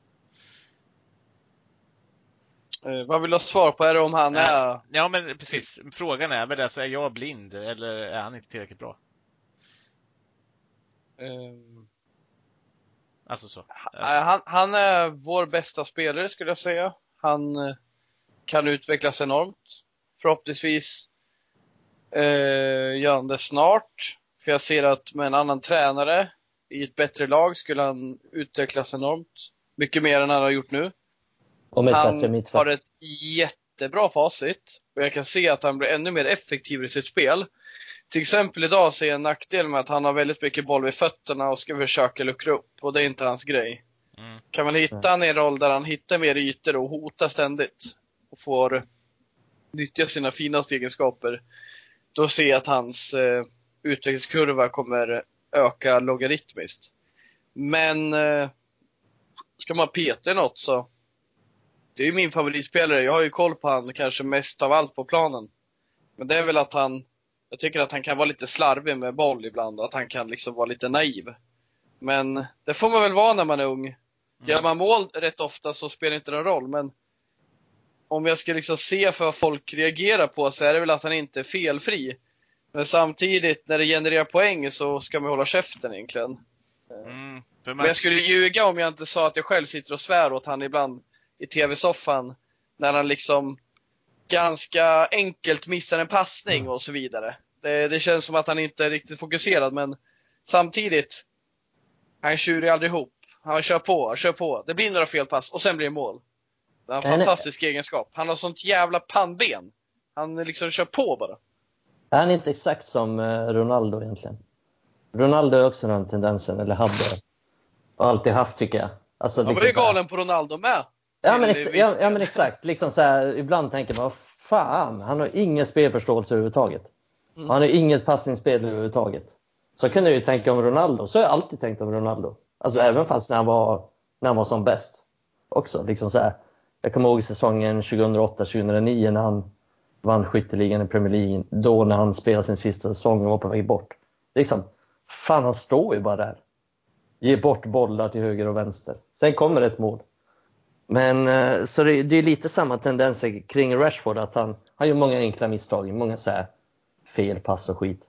B: Uh, vad vill du ha svar på? Är det om han är...
A: Uh, ja men precis, frågan är väl alltså, är jag blind eller är han inte tillräckligt bra?
B: Um,
A: alltså så.
B: Han, han är vår bästa spelare skulle jag säga. Han uh, kan utvecklas enormt. Förhoppningsvis uh, gör han det snart. För jag ser att med en annan tränare i ett bättre lag skulle han utvecklas enormt. Mycket mer än han har gjort nu.
C: Och med
B: han
C: ett
B: har ett jättebra facit. Och jag kan se att han blir ännu mer effektiv i sitt spel. Till exempel idag ser jag en nackdel med att han har väldigt mycket boll vid fötterna och ska försöka luckra upp. Och det är inte hans grej. Mm. Kan man hitta en roll där han hittar mer ytor och hotar ständigt och får nyttja sina finaste egenskaper, då ser jag att hans eh, utvecklingskurva kommer öka logaritmiskt. Men eh, ska man peta något så det är ju min favoritspelare. Jag har ju koll på han kanske mest av allt på planen. Men det är väl att han, jag tycker att han kan vara lite slarvig med boll ibland, att han kan liksom vara lite naiv. Men det får man väl vara när man är ung. Mm. Gör man mål rätt ofta så spelar det inte någon roll, men om jag ska liksom se för vad folk reagerar på så är det väl att han inte är felfri. Men samtidigt när det genererar poäng så ska man hålla käften egentligen. Mm. Men jag skulle ljuga om jag inte sa att jag själv sitter och svär åt han ibland i tv-soffan när han liksom ganska enkelt missar en passning mm. och så vidare. Det, det känns som att han inte är riktigt fokuserad, men samtidigt han tjurar aldrig ihop. Han kör på, han kör på. Det blir några felpass och sen blir det mål. Det är en fantastisk är... egenskap. Han har sånt jävla pannben. Han liksom kör på bara.
C: Är han inte exakt som Ronaldo egentligen? Ronaldo är också den tendensen, eller hade och alltid haft, tycker jag. Alltså,
B: han var ju galen på Ronaldo med.
C: Ja men, ex- ja, ja men exakt. Liksom så här, ibland tänker man, fan, han har ingen spelförståelse överhuvudtaget. Mm. Han har inget passningsspel överhuvudtaget. Så kunde jag ju tänka om Ronaldo. Så har jag alltid tänkt om Ronaldo. Alltså även fast när han var, när han var som bäst. Också, liksom så här. Jag kommer ihåg säsongen tjugohundraåtta tjugohundranio när han vann skytteligan i Premier League. Då när han spelade sin sista säsong och var på väg bort. Liksom, fan, han står ju bara där. Ger bort bollar till höger och vänster. Sen kommer ett mål. Men så det, det är lite samma tendenser kring Rashford, att han, han gör många enkla misstag, många så här felpass och skit.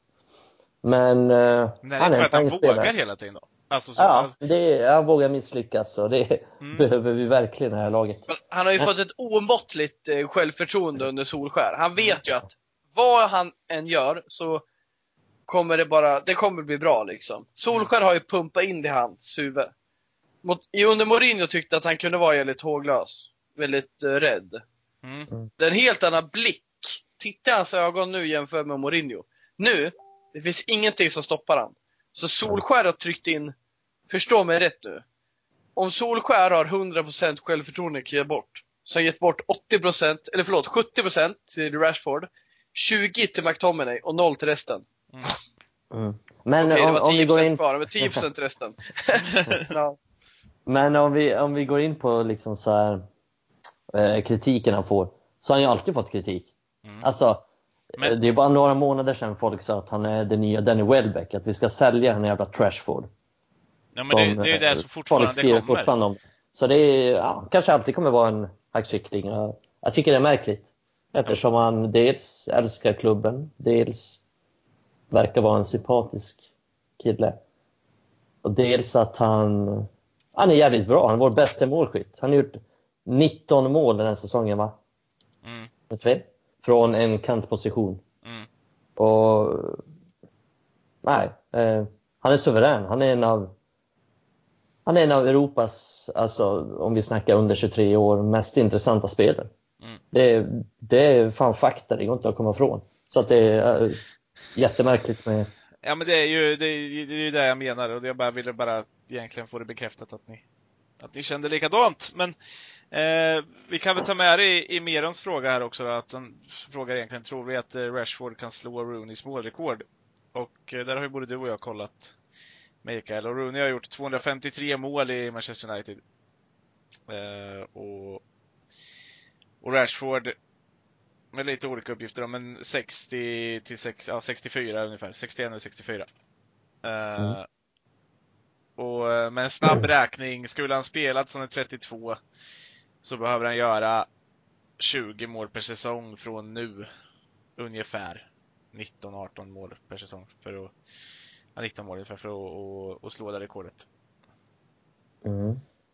C: Men
A: Nej, det är inte för att han vågar hela tiden då. Alltså, så
C: ja, det är, han vågar misslyckas och det mm. behöver vi verkligen i det här laget.
B: Han har ju fått ett omåttligt självförtroende under Solskär. Han vet ju att vad han än gör så kommer det bara, det kommer bli bra liksom. Solskär har ju pumpat in det i hans huvud. Under Mourinho tyckte att han kunde vara väldigt håglös, väldigt uh, rädd. Mm. Det är en helt annan blick. Titta i hans ögon nu jämfört med Mourinho. Nu, det finns ingenting som stoppar han. Så Solskär har tryckt in, förstå mig rätt nu. Om Solskär har hundra procent självförtroende att ge bort, så har gett bort åttio procent, eller förlåt, sjuttio procent till Rashford, tjugo till McTominay och noll till resten. Mm.
C: Mm. Men
B: okej,
C: om,
B: det var tio procent
C: om vi går in...
B: kvar, det var tio procent till resten. Ja.
C: Men om vi, om vi går in på liksom så här, eh, kritiken han får, så har han ju alltid fått kritik. Mm. Alltså, men... det är bara några månader sedan folk sa att han är den nya Danny Welbeck, att vi ska sälja den jävla Trashford.
A: Ja, men det, det är ju det som fortfarande kommer.
C: Fortfarande om. Så det är, ja, kanske alltid kommer vara en hackkyckling. Jag tycker det är märkligt. Eftersom han dels älskar klubben, dels verkar vara en sympatisk kille. Och dels att han... Han är jävligt bra. Han är vår bästa målskytt. Han har gjort nitton mål den här säsongen, va? Mm. Från en kantposition. Mm. Och... Nej. Eh, han är suverän. Han är en av... Han är en av Europas, alltså om vi snackar under tjugotre år, mest intressanta spelare. Mm. Det, det är fan fakta, det går inte att komma ifrån. Så att det är äh, jättemärkligt med...
A: Ja, men det är ju det, är, det är ju det jag menar, och jag bara ville bara egentligen få det bekräftat att ni, att ni kände likadant. Men eh, vi kan väl ta med det i, i Merons fråga här också, att han frågar egentligen, tror vi att Rashford kan slå Rooneys målrekord? Och eh, där har ju både du och jag kollat, Mikael, och Rooney har gjort tvåhundrafemtiotre mål i Manchester United. Eh, och, och Rashford med lite olika uppgifter då, men sextio till sex, ja, sextiofyra ungefär, sextioen eller sextiofyra. Eh, mm. Och med en snabb räkning, skulle han spelat som är trettiotvå, så behöver han göra tjugo mål per säsong från nu, ungefär nitton arton mål per säsong för att nitton mål ungefär för att och, och slå det rekordet. Mm.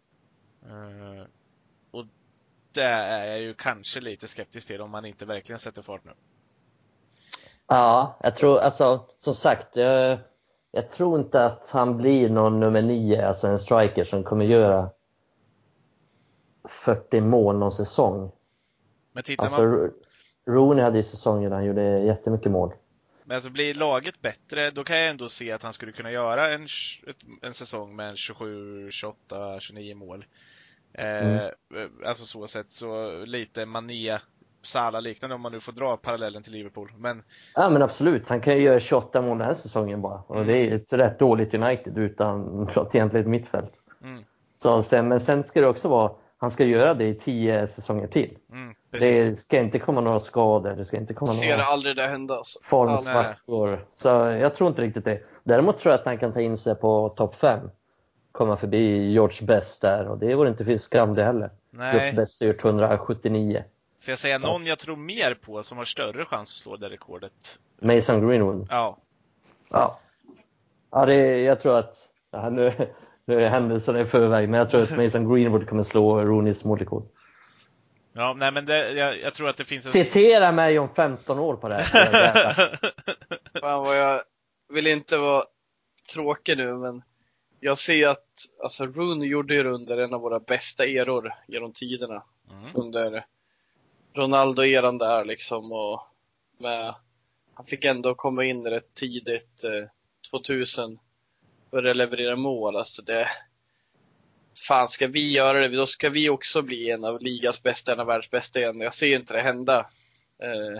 A: Uh, och det är jag ju kanske lite skeptisk till, om man inte verkligen sätter fart nu.
C: Ja, jag tror, alltså som sagt, jag, jag tror inte att han blir någon nummer nio, alltså en striker som kommer göra fyrtio mål någon säsong.
A: Men tittar
C: alltså,
A: man...
C: Rooney hade ju säsonger där han gjorde jättemycket mål.
A: Men alltså blir laget bättre, då kan jag ändå se att han skulle kunna göra en, en säsong med en tjugosju, tjugoåtta, tjugonio mål. Eh, mm. Alltså så sett, så lite Mané, Salah liknande, om man nu får dra parallellen till Liverpool. Men...
C: Ja men absolut, han kan ju göra tjugoåtta mål den här säsongen bara. Och mm. det är ett rätt dåligt United utan något egentligen mittfält. Mm. Så sen, men sen ska det också vara, han ska göra det i tio säsonger till. Mm, det ska inte komma några skador, det ska inte komma
B: ser
C: några
B: aldrig det hända alltså.
C: formsvackor. Så jag tror inte riktigt det. Däremot tror jag att han kan ta in sig på topp fem. Komma förbi George Best där, och det vore inte för skam det heller. Nej. George Best har gjort hundrasjuttionio.
A: Ska jag säga så. Någon jag tror mer på som har större chans att slå det rekordet?
C: Mason Greenwood.
A: Ja.
C: Ja. Ja, det, jag tror att ja, nu, nu är händelsen i förväg, men jag tror att Mason Greenwood kommer slå Rooneys målrekord.
A: Ja, nej men det, jag, jag tror att det finns en...
C: Citera mig om femton år på det här.
B: Fan vad jag vill inte vara tråkig nu, men jag ser att alltså, Rooney gjorde ju under en av våra bästa eror genom tiderna. Mm. Under Ronaldo-eran där liksom. Och med, han fick ändå komma in rätt tidigt, eh, tvåtusen, börja leverera mål. Alltså det, fan, ska vi göra det, då ska vi också bli en av ligas bästa, en av världens bästa igen. Jag ser inte det hända. Eh,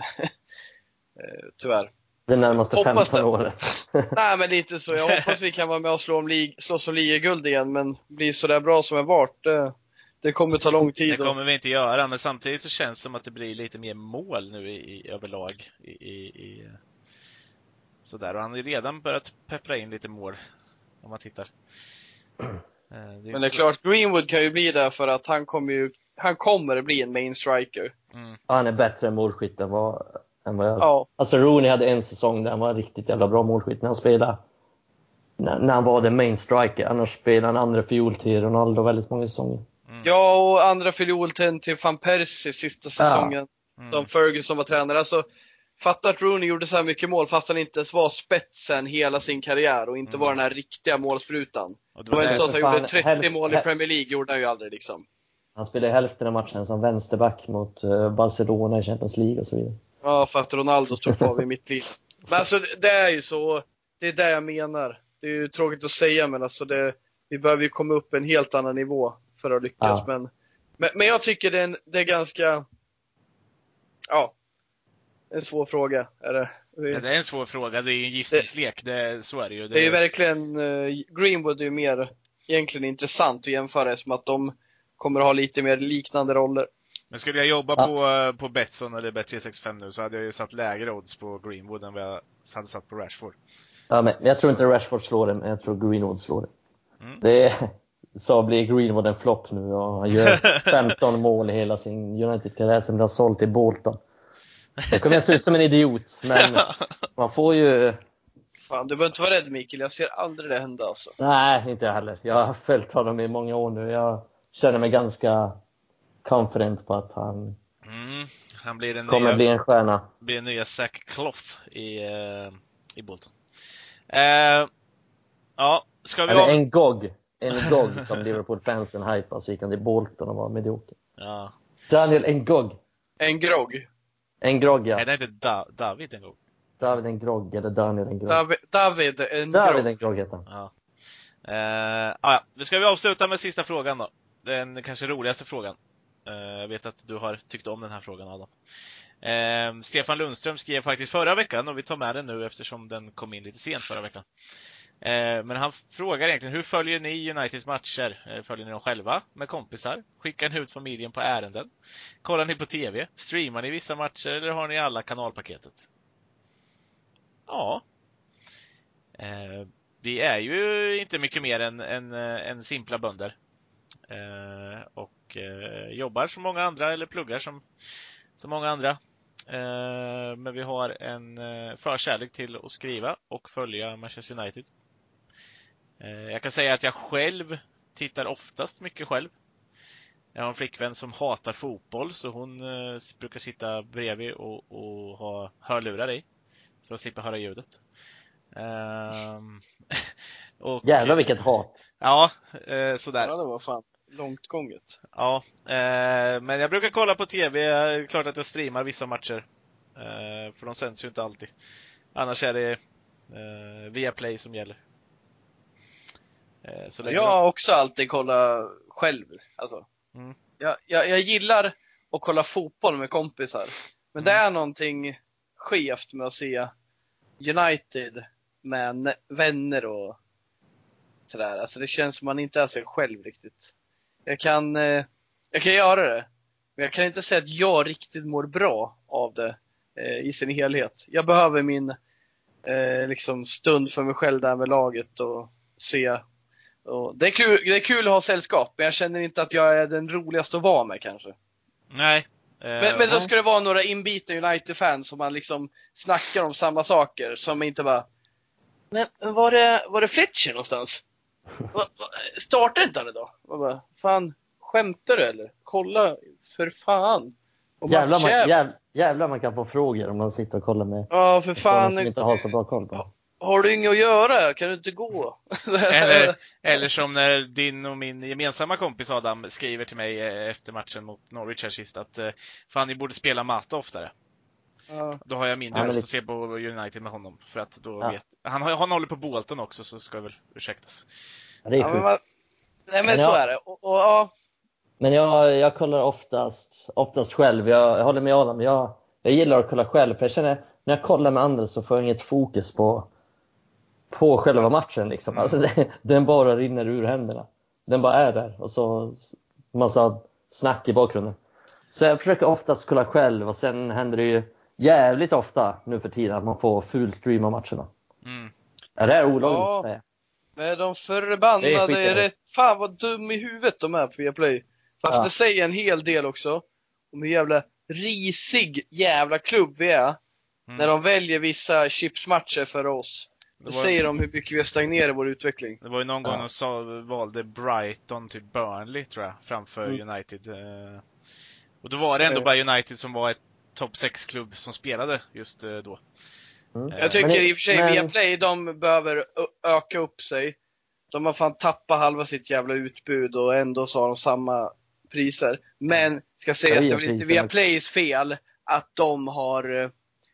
B: eh, tyvärr.
C: Det närmaste hoppas femton åren.
B: Nej, men lite så. Jag hoppas vi kan vara med och slå om lig, slåss om ligaguld igen, men bli så där bra som jag varit, det, det kommer ta lång tid.
A: Det kommer vi inte göra, men samtidigt så känns det som att det blir lite mer mål nu i, i överlag i, i, i sådär, och han har redan börjat peppra in lite mål om man tittar.
B: Det men det är så... klart, Greenwood kan ju bli där för att han kommer ju han kommer att bli en main striker.
C: Mm. Han är bättre än målskytt än vad, än vad jag... Ja. Alltså Rooney hade en säsong där han var riktigt jävla bra målskytt när han spelade. När, när han var den main striker. Annars spelade han andra fiol till Ronaldo väldigt många säsonger.
B: Mm. Ja, och andra fiol till, till Van Persie sista säsongen. Ja. Mm. Som Ferguson var tränare. Alltså, fatta att Rooney gjorde så här mycket mål fast han inte var spetsen hela sin karriär och inte mm. var den här riktiga målsprutan. Och det var inte så att han gjorde trettio hälften, mål i Premier League, gjorde han ju aldrig liksom.
C: Han spelade hälften av matchen som vänsterback mot Barcelona i Champions League och så vidare.
B: Ja, för att Ronaldo stod kvar vid mitt liv. Men alltså det är ju så, det är det jag menar. Det är ju tråkigt att säga, men alltså det, vi behöver ju komma upp en helt annan nivå för att lyckas. Ja. Men, men, men jag tycker det är, en, det är ganska, ja, en svår fråga. Är det?
A: Ja, det är en svår fråga, det är ju en gissningslek, det, det, så är det ju.
B: Det, det är ju verkligen, uh, Greenwood är ju mer egentligen intressant att jämföra som att de kommer att ha lite mer liknande roller.
A: Men skulle jag jobba ja. på, på Betsson eller Bet tre sextiofem nu så hade jag ju satt lägre odds på Greenwood än vad jag hade satt på Rashford.
C: Ja, men jag tror inte Rashford slår det, men jag tror Greenwood slår det. Mm. Det är, så blir Greenwood en flopp nu och han gör femton mål i hela sin United-karriär som han sålt till Bolton. Det kommer jag se ut som en idiot, men man får ju...
B: Fan, du behöver inte vara rädd, Mikael, jag ser aldrig det hända alltså.
C: Nej, inte jag heller. Jag har följt honom i många år nu. Jag känner mig ganska confident på att han,
A: mm, han blir den
C: kommer
A: nya,
C: bli en stjärna.
A: Blir en nya Zach Clough i, uh, i Bolton. Uh, ja, ska vi
C: Eller en gog. En gog som Liverpool-fansen hypar, så gick han till Bolton och var medioker.
A: Ja.
C: Daniel Ngog.
B: En grogg.
C: En grogg, ja.
A: Nej, det är inte da- David Ngog.
C: David Ngog eller Daniel Ngog.
B: David, David Ngog.
C: David Ngog heter han.
A: Ja. Uh, ah, ja. Nu ska vi avsluta med sista frågan då. Den kanske roligaste frågan. Uh, jag vet att du har tyckt om den här frågan, Adam. Uh, Stefan Lundström skrev faktiskt förra veckan, och vi tar med den nu eftersom den kom in lite sent förra veckan. Uh, men han frågar egentligen, hur följer ni Uniteds matcher? Uh, följer ni dem själva med kompisar? Skickar ni ut familjen på ärenden? Kollar ni på tv? Streamar ni vissa matcher eller har ni alla kanalpaketet? Ja. Uh, vi är ju inte mycket mer än, än, än simpla bönder. Uh, och uh, jobbar som många andra eller pluggar som, som många andra. Uh, men vi har en uh, förkärlek till att skriva och följa Manchester United. Uh, jag kan säga att jag själv tittar oftast mycket själv. Jag har en flickvän som hatar fotboll, så hon uh, brukar sitta bredvid och, och ha hörlurar i för att slippa höra ljudet. Uh,
C: och, Jävlar vilket hat.
A: Ja, uh, sådär.
B: Ja, det var fan långt gånget.
A: Ja, eh, men jag brukar kolla på tv. Klart att jag streamar vissa matcher, eh, för de sänds ju inte alltid. annars är det eh, Viaplay som gäller. Eh, så länge
B: jag har också alltid kollat själv. Alltså,
A: mm.
B: jag, jag, jag gillar att kolla fotboll med kompisar. Men
A: Mm.
B: det är någonting skevt med att se United med vänner och sådär. Alltså det känns som man inte är sig själv riktigt. Jag kan, eh, jag kan göra det. Men jag kan inte säga att jag riktigt mår bra av det eh, i sin helhet. Jag behöver min eh, liksom stund för mig själv där med laget och se. Och det, är kul, det är kul att ha sällskap, men jag känner inte att jag är den roligaste att vara med kanske.
A: Nej. Eh,
B: Men, men då ska det vara några inbitna United-fans som man liksom snackar om samma saker. Som inte bara, men var det, var det Fletcher någonstans? Va, va, startar inte han idag? Och bara, fan, skämtar du eller? Kolla, för fan. Och
C: Jävlar man,
B: jäv...
C: jäv, jävlar man kan få frågor om man sitter och kollar med
B: Ja, för
C: sådana
B: fan.
C: som inte har så bra koll på.
B: Har du inget att göra? Kan du inte gå?
A: Eller, eller som när din och min gemensamma kompis Adam skriver till mig efter matchen mot Norwich här sist att fan, ni borde spela Mata oftare.
B: Ja.
A: Då har jag mindre
C: Ja,
A: lust
C: lite...
A: att se på United med honom. För att då
C: Ja.
A: vet han, har, han håller på Bolton också, så ska jag väl ursäktas.
C: Ja, det är
B: Ja,
C: sjukt.
B: men man... Nej men,
C: Men
B: så
C: jag-
B: är det. Och, och, ja.
C: Men jag, jag kollar oftast, oftast själv. Jag, jag håller med Adam. Jag, jag gillar att kolla själv. För jag känner, när jag kollar med andra så får jag inget fokus på, på själva matchen. Liksom. Alltså, det, den bara rinner ur händerna. Den bara är där. Och så massa snack i bakgrunden. Så jag försöker oftast kolla själv. Och sen händer det ju jävligt ofta nu för tiden att man får full stream av matcherna.
A: Mm.
C: Ja, det är olagligt
B: Ja.
C: att säga.
B: Men de
C: Det
B: förbannade
C: är
B: är,
C: skitbra.
B: rätt. Fan vad dum i huvudet de är på Viaplay. Fast
C: Ja.
B: det säger en hel del också om hur jävla risig jävla klubb vi är.
A: Mm.
B: När de väljer vissa chipsmatcher för oss. Då
A: Det var-
B: säger de hur mycket vi har stagnerat i vår utveckling.
A: Det var ju någon gång
C: Ja.
A: de sa, valde Brighton till Burnley tror jag, framför
B: Mm.
A: United. Eh, Och då var det ändå
B: Eh.
A: bara United som var ett topp sex-klubb som spelade just eh, då.
C: Mm.
A: Eh,
B: Jag tycker
C: Men-
B: i och för sig
C: men-
B: Viaplay, de behöver ö- öka upp sig. De har fan tappat halva sitt jävla utbud och ändå så har de samma priser. Men ska sägas, det är väl inte
C: priserna.
B: Viaplays fel att de har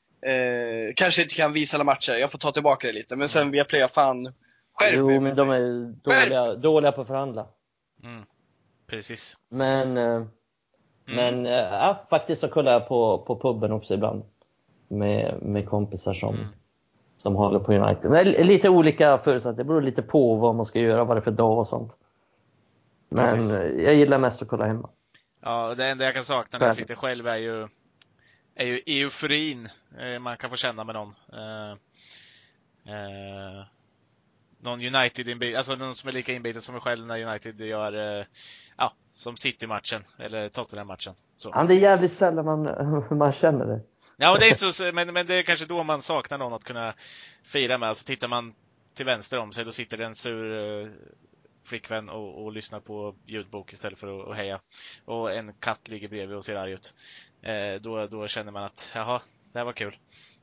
B: eh, kanske inte kan visa alla matcher. Jag får ta tillbaka det lite. Men sen Viaplay har fan skärp
C: Jo,
B: er.
C: men de är dåliga, dåliga på att förhandla.
A: Mm. Precis.
C: Men, eh,
A: Mm.
C: men eh, ja, faktiskt så kollar jag på, på puben också ibland. Med, med kompisar som,
A: Mm.
C: som håller på United. Men det är lite olika förutsättningar. Det beror lite på vad man ska göra, vad det är för dag och sånt. Men
A: Precis.
C: eh, jag gillar mest att kolla hemma.
A: Ja, det enda jag kan sakna när jag
C: Själv.
A: sitter själv är ju, är ju euforin eh, man kan få känna med någon. Eh, eh, någon United inbit, alltså någon som är lika inbiten som mig själv när United gör, eh, ja, som City-matchen eller Tottenham-matchen. Så.
C: Ja, det är jävligt sällan man, man känner det.
A: Ja, men det är inte så, men, men det är kanske då man saknar någon att kunna fira med. Så tittar man till vänster om sig, då sitter det en sur eh, flickvän och, och lyssnar på ljudbok istället för att, att heja. Och en katt ligger bredvid och ser arg ut. Eh, då, då känner man att, jaha, det här var kul.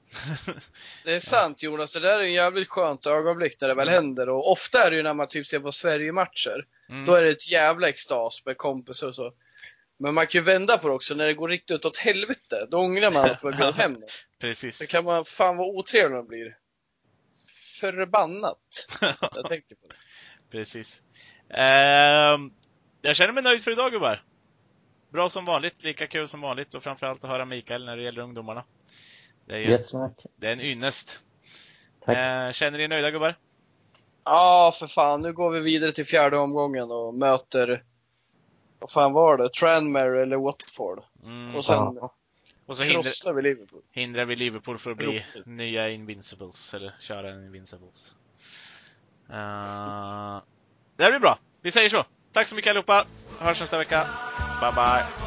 B: Det är sant Jonas, det där är en jävligt skönt ögonblick när det väl händer. Och ofta är det ju när man typ ser på Sverige-matcher.
A: Mm.
B: Då är det ett jävla extas med kompisar och så. Men man kan ju vända på det också, när det går riktigt åt helvete. Då ångrar man att man går hem nu.
A: Precis.
B: Det kan man, fan vad otrevlig man blir. Förbannat. Jag tänker på det.
A: Precis. Ehm, jag känner mig nöjd för idag, gubbar. Bra som vanligt, lika kul som vanligt. Och framförallt att höra Mikael när det gäller ungdomarna. Det är, ju,
C: Jättesnack.
A: det är en ynnest.
C: Tack.
A: Ehm, känner ni er nöjda, gubbar?
B: Ja, för fan. Nu går vi vidare till fjärde omgången och möter, vad fan var det? Tranmere eller Watford.
A: Mm.
B: Och sen
C: Ja.
A: Och så hindrar,
B: krossar vi Liverpool.
A: hindrar vi Liverpool för att bli
B: Roligt.
A: nya Invincibles. Eller köra en Invincibles. Uh, det här blir bra. Vi säger så. Tack så mycket allihopa. Hörs nästa vecka. Bye bye.